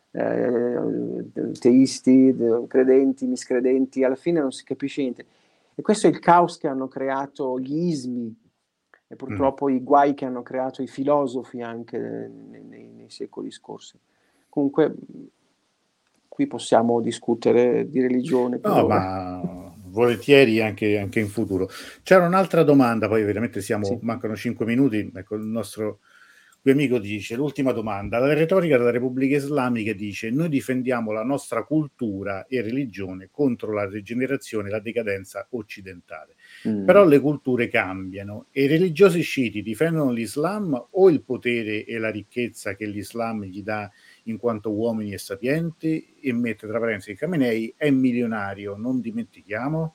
teisti, credenti, miscredenti, alla fine non si capisce niente. E questo è il caos che hanno creato gli ismi e purtroppo i guai che hanno creato i filosofi anche nei secoli scorsi. Comunque qui possiamo discutere di religione per ora. Ma volentieri anche in futuro. C'era un'altra domanda, poi veramente mancano 5 minuti. Ecco, il nostro qui amico dice, l'ultima domanda, la retorica della Repubblica Islamica dice noi difendiamo la nostra cultura e religione contro la degenerazione e la decadenza occidentale. Però le culture cambiano e i religiosi sciiti difendono l'Islam o il potere e la ricchezza che l'Islam gli dà in quanto uomini e sapienti, e mette tra parentesi Khamenei è milionario, non dimentichiamo.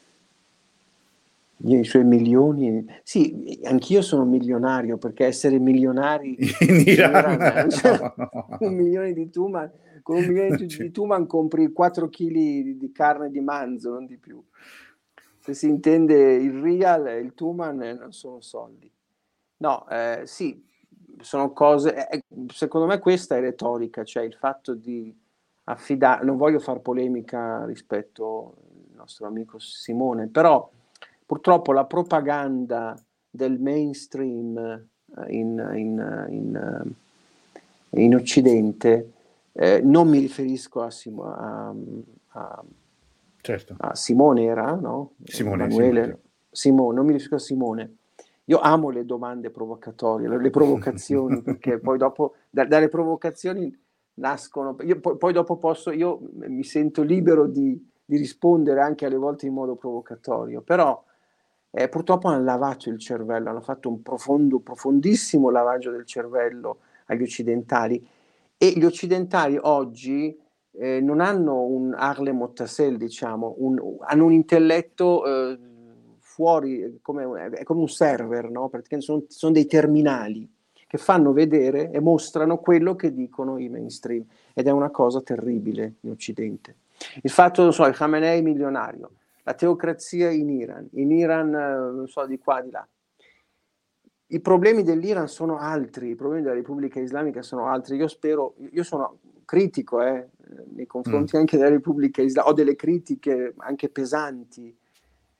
I suoi milioni, sì, anch'io sono milionario perché essere milionari in Iran, un milione di Tuman, con un milione di Tuman compri 4 kg di carne di manzo, non di più. Se si intende il Rial e il Tuman non sono soldi. No, sì, sono cose, secondo me questa è retorica, cioè il fatto di affidare, non voglio far polemica rispetto al nostro amico Simone, però purtroppo la propaganda del mainstream in Occidente, non mi riferisco a Simone era, no? Emanuele. Simone, non mi riferisco a Simone. Io amo le domande provocatorie, le provocazioni, perché poi dopo dalle provocazioni nascono. Poi dopo io mi sento libero di rispondere anche alle volte in modo provocatorio, però purtroppo hanno lavato il cervello, hanno fatto un profondissimo lavaggio del cervello agli occidentali e gli occidentali oggi non hanno un Harlem Mottassel, diciamo, hanno un intelletto fuori, è come un server, no? Perché sono dei terminali che fanno vedere e mostrano quello che dicono i mainstream ed è una cosa terribile in Occidente. Il fatto, non so, il Khamenei milionario, la teocrazia in Iran non so, di qua, di là. I problemi dell'Iran sono altri, i problemi della Repubblica Islamica sono altri. Io sono critico nei confronti anche della Repubblica Islamica, ho delle critiche anche pesanti,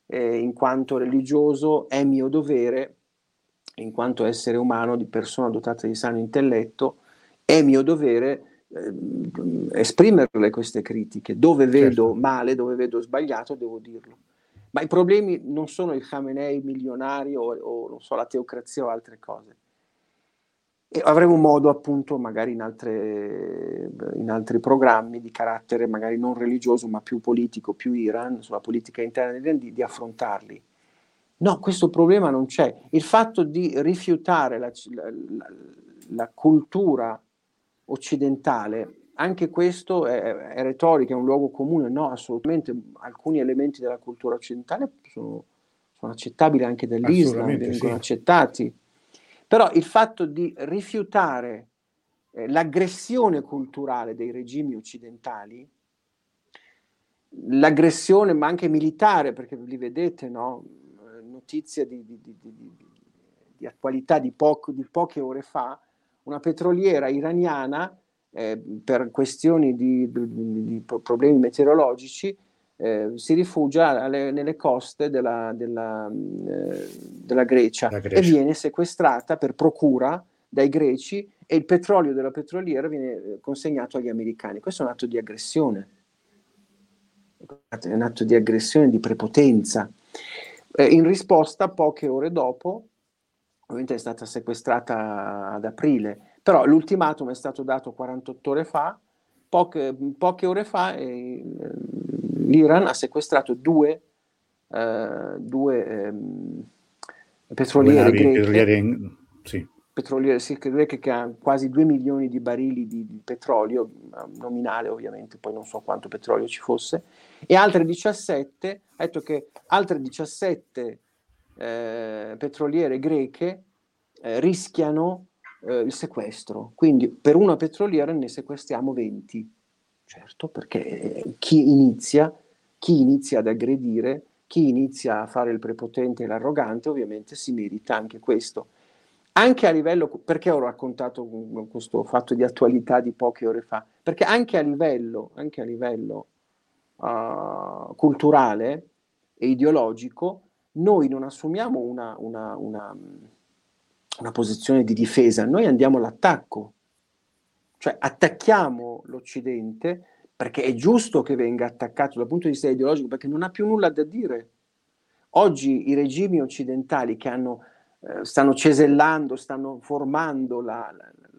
in quanto religioso è mio dovere, in quanto essere umano, di persona dotata di sano intelletto, è mio dovere esprimerle queste critiche. Dove vedo Certo. male, dove vedo sbagliato, devo dirlo. Ma i problemi non sono il Khamenei milionario o non so, la teocrazia o altre cose. E avremo modo appunto magari in altri programmi di carattere magari non religioso ma più politico, più Iran, sulla politica interna dell'Iran, di affrontarli. No, questo problema non c'è. Il fatto di rifiutare la cultura occidentale, anche questo è retorica, è un luogo comune. No, assolutamente. Alcuni elementi della cultura occidentale sono accettabili anche dall'Islam, Assolutamente vengono sì. accettati. Però il fatto di rifiutare l'aggressione culturale dei regimi occidentali, l'aggressione ma anche militare, perché li vedete, no? Notizie di attualità di poche ore fa, una petroliera iraniana per questioni di problemi meteorologici si rifugia nelle coste della Grecia e viene sequestrata per procura dai greci e il petrolio della petroliera viene consegnato agli americani. Questo è un atto di aggressione. È un atto di aggressione, di prepotenza. In risposta, poche ore dopo, ovviamente è stata sequestrata ad aprile, però l'ultimatum è stato dato 48 ore fa, poche ore fa l'Iran ha sequestrato due petroliere greche, sì. petroliere greche che hanno quasi 2 milioni di barili di petrolio, nominale ovviamente, poi non so quanto petrolio ci fosse, e altre 17, ha detto che altre 17 petroliere greche rischiano il sequestro. Quindi per una petroliera ne sequestriamo 20. Certo, perché chi inizia ad aggredire, chi inizia a fare il prepotente e l'arrogante, ovviamente si merita anche questo. Anche a livello, perché ho raccontato questo fatto di attualità di poche ore fa? Perché anche a livello culturale e ideologico noi non assumiamo una posizione di difesa, noi andiamo all'attacco, cioè attacchiamo l'Occidente perché è giusto che venga attaccato dal punto di vista ideologico, perché non ha più nulla da dire. Oggi i regimi occidentali che stanno cesellando, stanno formando la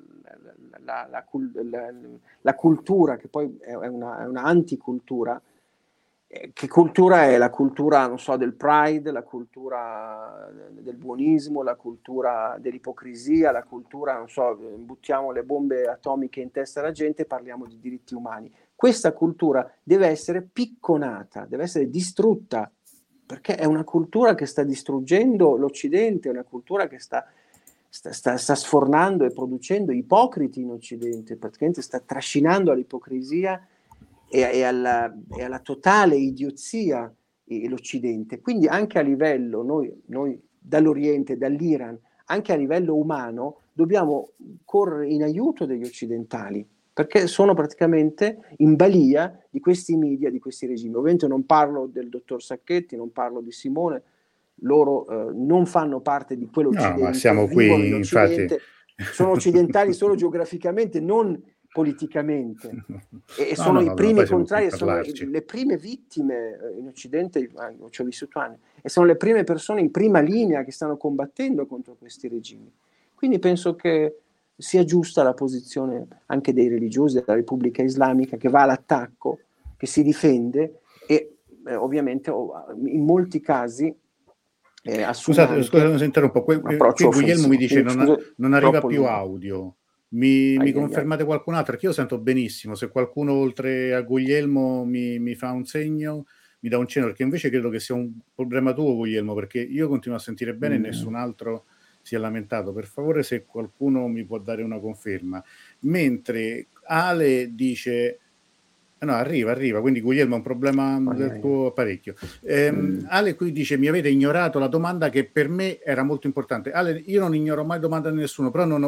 cultura, che poi è una anticultura. Che cultura è? La cultura, non so, del pride, la cultura del buonismo, la cultura dell'ipocrisia, la cultura, non so, buttiamo le bombe atomiche in testa alla gente e parliamo di diritti umani. Questa cultura deve essere picconata, deve essere distrutta, perché è una cultura che sta distruggendo l'Occidente, è una cultura che sta sfornando e producendo ipocriti in Occidente, praticamente sta trascinando all'ipocrisia e alla totale idiozia l'Occidente. Quindi anche a livello, noi dall'Oriente, dall'Iran, anche a livello umano, dobbiamo correre in aiuto degli occidentali, perché sono praticamente in balia di questi media, di questi regimi. Ovviamente non parlo del dottor Sacchetti, non parlo di Simone, loro non fanno parte di No, ma quell'Occidente, siamo vivono in qui, infatti. Occidente, sono occidentali solo geograficamente, non politicamente. E No, sono no, i no, ma primi poi siamo qui a contrari, sono parlarci. le prime vittime in Occidente, ci ho vissuto anni, e sono le prime persone in prima linea che stanno combattendo contro questi regimi. Quindi penso che sia giusta la posizione anche dei religiosi della Repubblica Islamica che va all'attacco, che si difende e ovviamente in molti casi assume Scusate, anche se interrompo. un approccio Qui Guglielmo mi offensivo. dice Scusa, non arriva troppo più lungo. audio. Mi Ai, ai, ai. confermate qualcun altro? Perché io sento benissimo. Se qualcuno oltre a Guglielmo mi fa un segno, mi dà un cenno, perché invece credo che sia un problema tuo, Guglielmo, perché io continuo a sentire bene e nessun altro si è lamentato. Per favore, se qualcuno mi può dare una conferma. Mentre Ale dice... No, arriva, quindi Guglielmo è un problema del tuo apparecchio. Ale qui dice: mi avete ignorato la domanda che per me era molto importante. Ale, io non ignoro mai domanda di nessuno, però non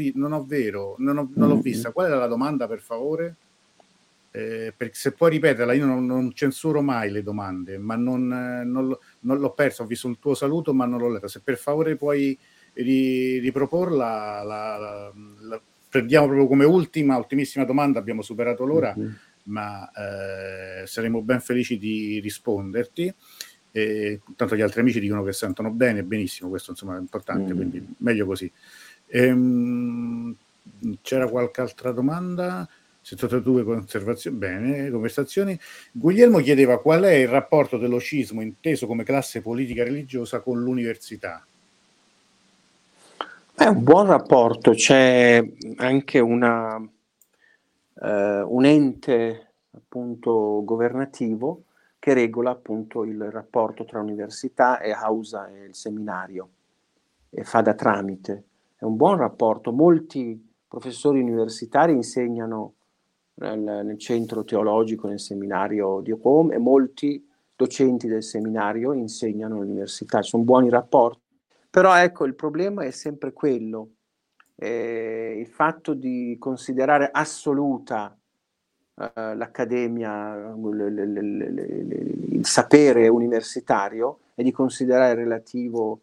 l'ho vista. Qual era la domanda, per favore? Perché se puoi ripeterla, io non censuro mai le domande, ma non l'ho persa, ho visto un tuo saluto ma non l'ho letta. Se per favore puoi riproporla, la prendiamo proprio come ultimissima domanda, abbiamo superato l'ora, ma saremo ben felici di risponderti. Tanto gli altri amici dicono che sentono bene, benissimo, questo insomma è importante, quindi meglio così. C'era qualche altra domanda? 72 conversazioni. Guglielmo chiedeva qual è il rapporto dello scismo inteso come classe politica religiosa con l'università. È un buon rapporto, c'è anche un ente appunto governativo che regola appunto il rapporto tra università e Hausa e il seminario e fa da tramite. È un buon rapporto, molti professori universitari insegnano nel centro teologico, nel seminario di Rome, e molti docenti del seminario insegnano all'università. Ci sono buoni rapporti, però ecco, il problema è sempre quello, il fatto di considerare assoluta l'accademia, il sapere universitario, e di considerare relativo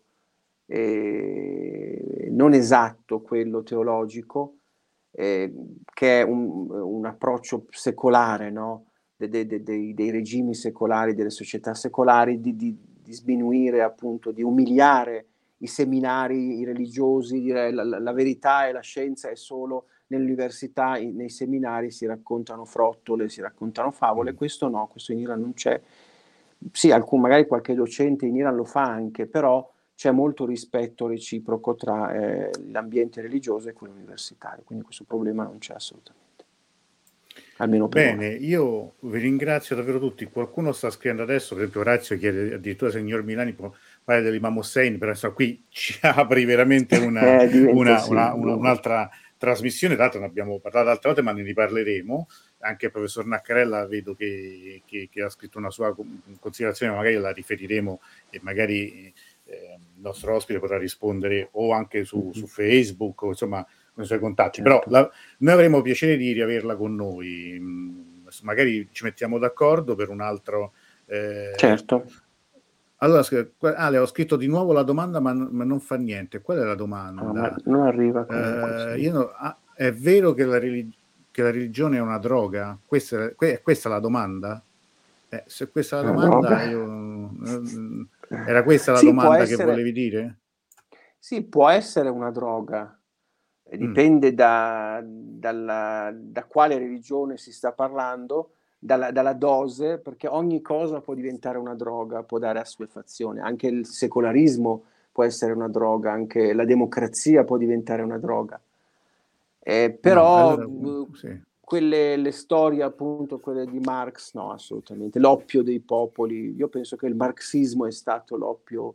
non esatto quello teologico, che è un approccio secolare, no? Dei regimi secolari, delle società secolari, di sminuire, appunto, di umiliare i seminari, i religiosi, dire la verità e la scienza è solo nell'università, nei seminari si raccontano frottole, si raccontano favole. Questo no, questo in Iran non c'è. Sì, magari qualche docente in Iran lo fa anche, però c'è molto rispetto reciproco tra l'ambiente religioso e quello universitario, quindi questo problema non c'è assolutamente. Almeno per Bene, io vi ringrazio davvero tutti. Qualcuno sta scrivendo adesso, per esempio Orazio chiede addirittura signor Milani può parlare dell'Imam Hussein, però insomma, qui ci apri veramente un'altra trasmissione. Tra l'altro ne abbiamo parlato altre volte, ma ne riparleremo. Anche il professor Naccarella vedo che ha scritto una sua considerazione, magari la riferiremo e magari il nostro ospite potrà rispondere o anche su Facebook, o insomma con i suoi contatti, certo. Però noi avremo piacere di riaverla con noi, magari ci mettiamo d'accordo per un altro certo. Allora Ale, ho scritto di nuovo la domanda ma non fa niente. Qual è la domanda? Non arriva è vero che la religione è una droga? Questa è la domanda? Se questa è la domanda era questa la domanda che volevi dire? Sì, può essere una droga. Dipende da quale religione si sta parlando, dalla dose, perché ogni cosa può diventare una droga, può dare assuefazione. Anche il secolarismo può essere una droga, anche la democrazia può diventare una droga. Però le storie, appunto, quelle di Marx, no, assolutamente. L'oppio dei popoli. Io penso che il marxismo è stato l'oppio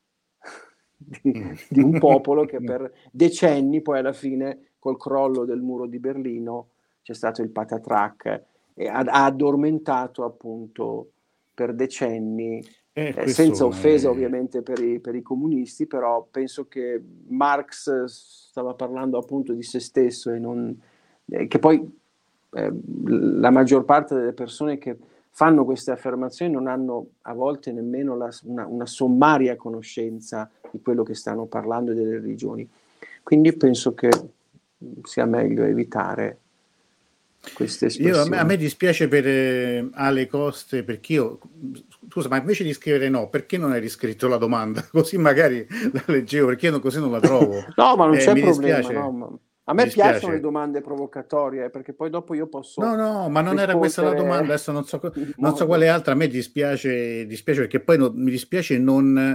di un popolo che per decenni, poi alla fine col crollo del muro di Berlino c'è stato il patatrac e ha addormentato appunto per decenni, senza offesa ovviamente per i comunisti, però penso che Marx stava parlando appunto di se stesso e non che poi la maggior parte delle persone che fanno queste affermazioni non hanno a volte nemmeno una sommaria conoscenza di quello che stanno parlando delle religioni. Quindi penso che sia meglio evitare queste espressioni. A me dispiace per Ale Coste, perché io, scusa, ma invece di scrivere no, perché non hai riscritto la domanda? Così magari la leggevo, perché io così non la trovo. No, ma non c'è problema, no, a me piacciono le domande provocatorie, perché poi dopo io posso No, ma non era questa la domanda, adesso non so quale altra. A me dispiace perché poi mi dispiace non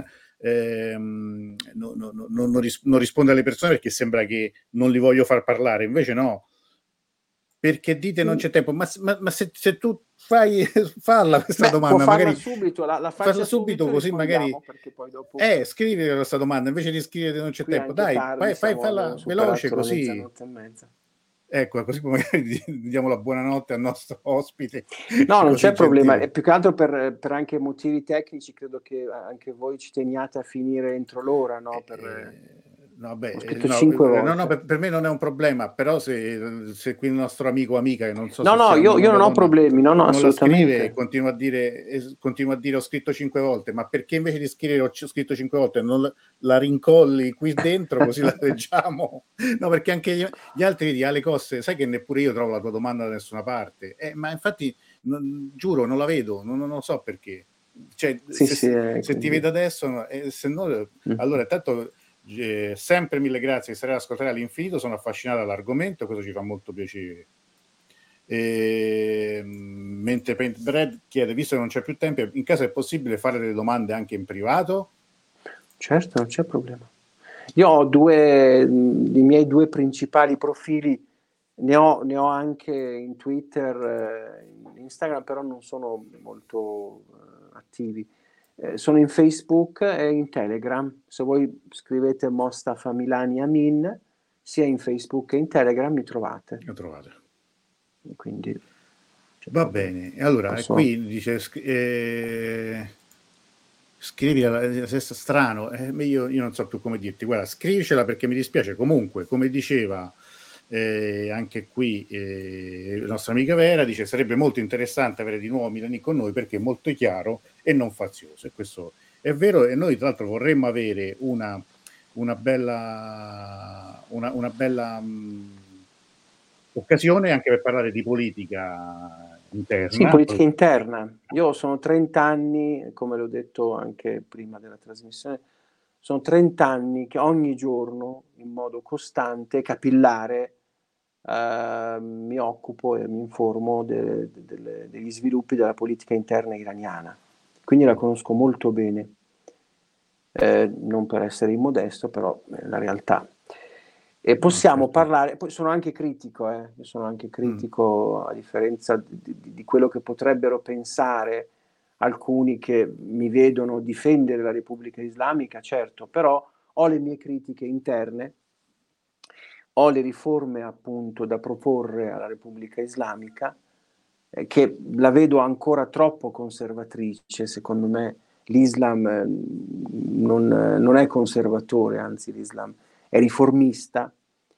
rispondere alle persone, perché sembra che non li voglio far parlare, invece no. Perché dite non c'è tempo, ma se tu falla questa domanda, può farla magari subito, la farla subito così magari poi dopo scrivi questa domanda invece di scrivere non c'è tempo, dai, falla veloce così. Ecco, così poi magari diamo la buonanotte al nostro ospite. No, non c'è problema, e più che altro per anche motivi tecnici credo che anche voi ci teniate a finire entro l'ora, no? No, beh, Ho scritto no, 5 no, volte. per me non è un problema, però se qui il nostro amico o amica, che non so No, se no, sia un uomo io o una non ho donna, problemi, no, no, non la scrive e assolutamente. continua a dire ho scritto 5 volte, ma perché invece di scrivere ho scritto 5 volte non la rincolli qui dentro così la leggiamo? No, perché anche gli altri di alle cose, sai che neppure io trovo la tua domanda da nessuna parte, ma infatti giuro non la vedo, non lo so perché. Cioè, Sì, sì, se ti quindi... vedo adesso, se no, allora Mhm. intanto sempre mille grazie, sarei ad ascoltare all'infinito, sono affascinato dall'argomento, questo ci fa molto piacere. Mentre Paint Bread chiede, visto che non c'è più tempo, in caso è possibile fare delle domande anche in privato? Certo, non c'è problema. Io ho i miei due principali profili, ne ho anche in Twitter, in Instagram, però non sono molto attivi. Sono in Facebook e in Telegram. Se voi scrivete Mostafa Milani Amin, sia in Facebook che in Telegram mi trovate. Lo trovate. Quindi c'è Va problema. bene, allora qui dice scrivi strano, io non so più come dirti, guarda, scrivicela perché mi dispiace, comunque come diceva anche qui la nostra amica Vera, dice sarebbe molto interessante avere di nuovo Milani con noi perché è molto chiaro e non fazioso, e questo è vero, e noi tra l'altro vorremmo avere una bella occasione anche per parlare di politica Sì, interna. politica interna. Io sono 30 anni, come l'ho detto anche prima della trasmissione, sono 30 anni che ogni giorno, in modo costante, capillare, mi occupo e mi informo degli sviluppi della politica interna iraniana. Quindi la conosco molto bene, non per essere immodesto, però è la realtà. E No, possiamo certo. parlare, poi sono anche critico, io sono anche critico a differenza di quello che potrebbero pensare alcuni che mi vedono difendere la Repubblica Islamica, certo, però ho le mie critiche interne, ho le riforme appunto da proporre alla Repubblica Islamica, che la vedo ancora troppo conservatrice, secondo me l'Islam non è conservatore, anzi l'Islam è riformista,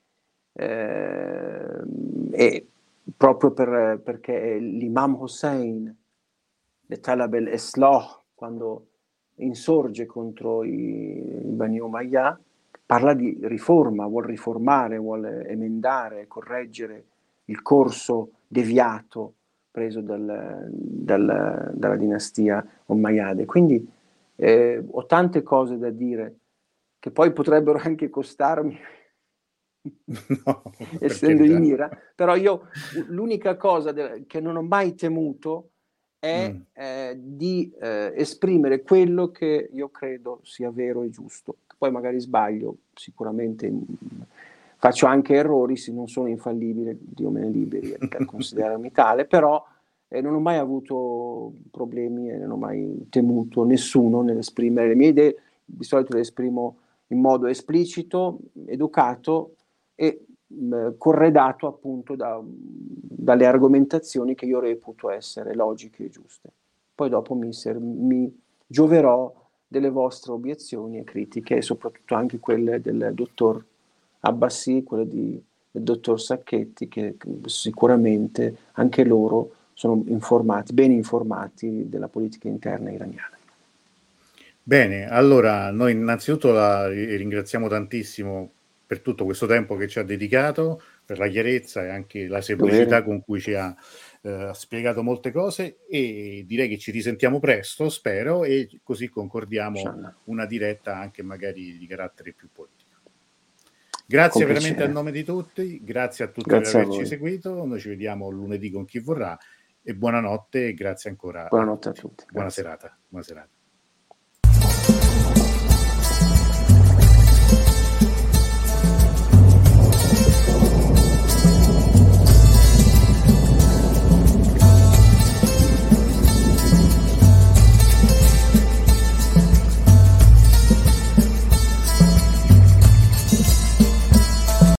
e proprio perché l'Imam Hussein, le Talab el-Islah, quando insorge contro i Bani Umayyah, parla di riforma, vuole riformare, vuole emendare, correggere il corso deviato preso dalla dinastia Umayyade. Quindi ho tante cose da dire che poi potrebbero anche costarmi No, per essendo in carità. mira, però io l'unica cosa che non ho mai temuto è di esprimere quello che io credo sia vero e giusto. Poi magari sbaglio, sicuramente faccio anche errori, se non sono infallibile, Dio me ne liberi per considerarmi tale, però non ho mai avuto problemi e non ho mai temuto nessuno nell'esprimere le mie idee, di solito le esprimo in modo esplicito, educato e corredato appunto dalle argomentazioni che io reputo essere logiche e giuste. Poi dopo mi gioverò delle vostre obiezioni e critiche, e soprattutto anche quelle del dottor Abbassi, quelle del dottor Sacchetti, che sicuramente anche loro sono informati, ben informati della politica interna iraniana. Bene, allora noi innanzitutto la ringraziamo tantissimo per tutto questo tempo che ci ha dedicato, per la chiarezza e anche la semplicità Dovere. con cui ci ha spiegato molte cose, e direi che ci risentiamo presto, spero, e così concordiamo Inshallah. una diretta anche magari di carattere più politico. Grazie Con veramente a piacere. nome di tutti, grazie a tutti per Grazie a averci voi. seguito, noi ci vediamo lunedì con chi vorrà, e buonanotte e grazie ancora a Buonanotte a tutti. tutti. Buona Grazie. serata. Buona serata.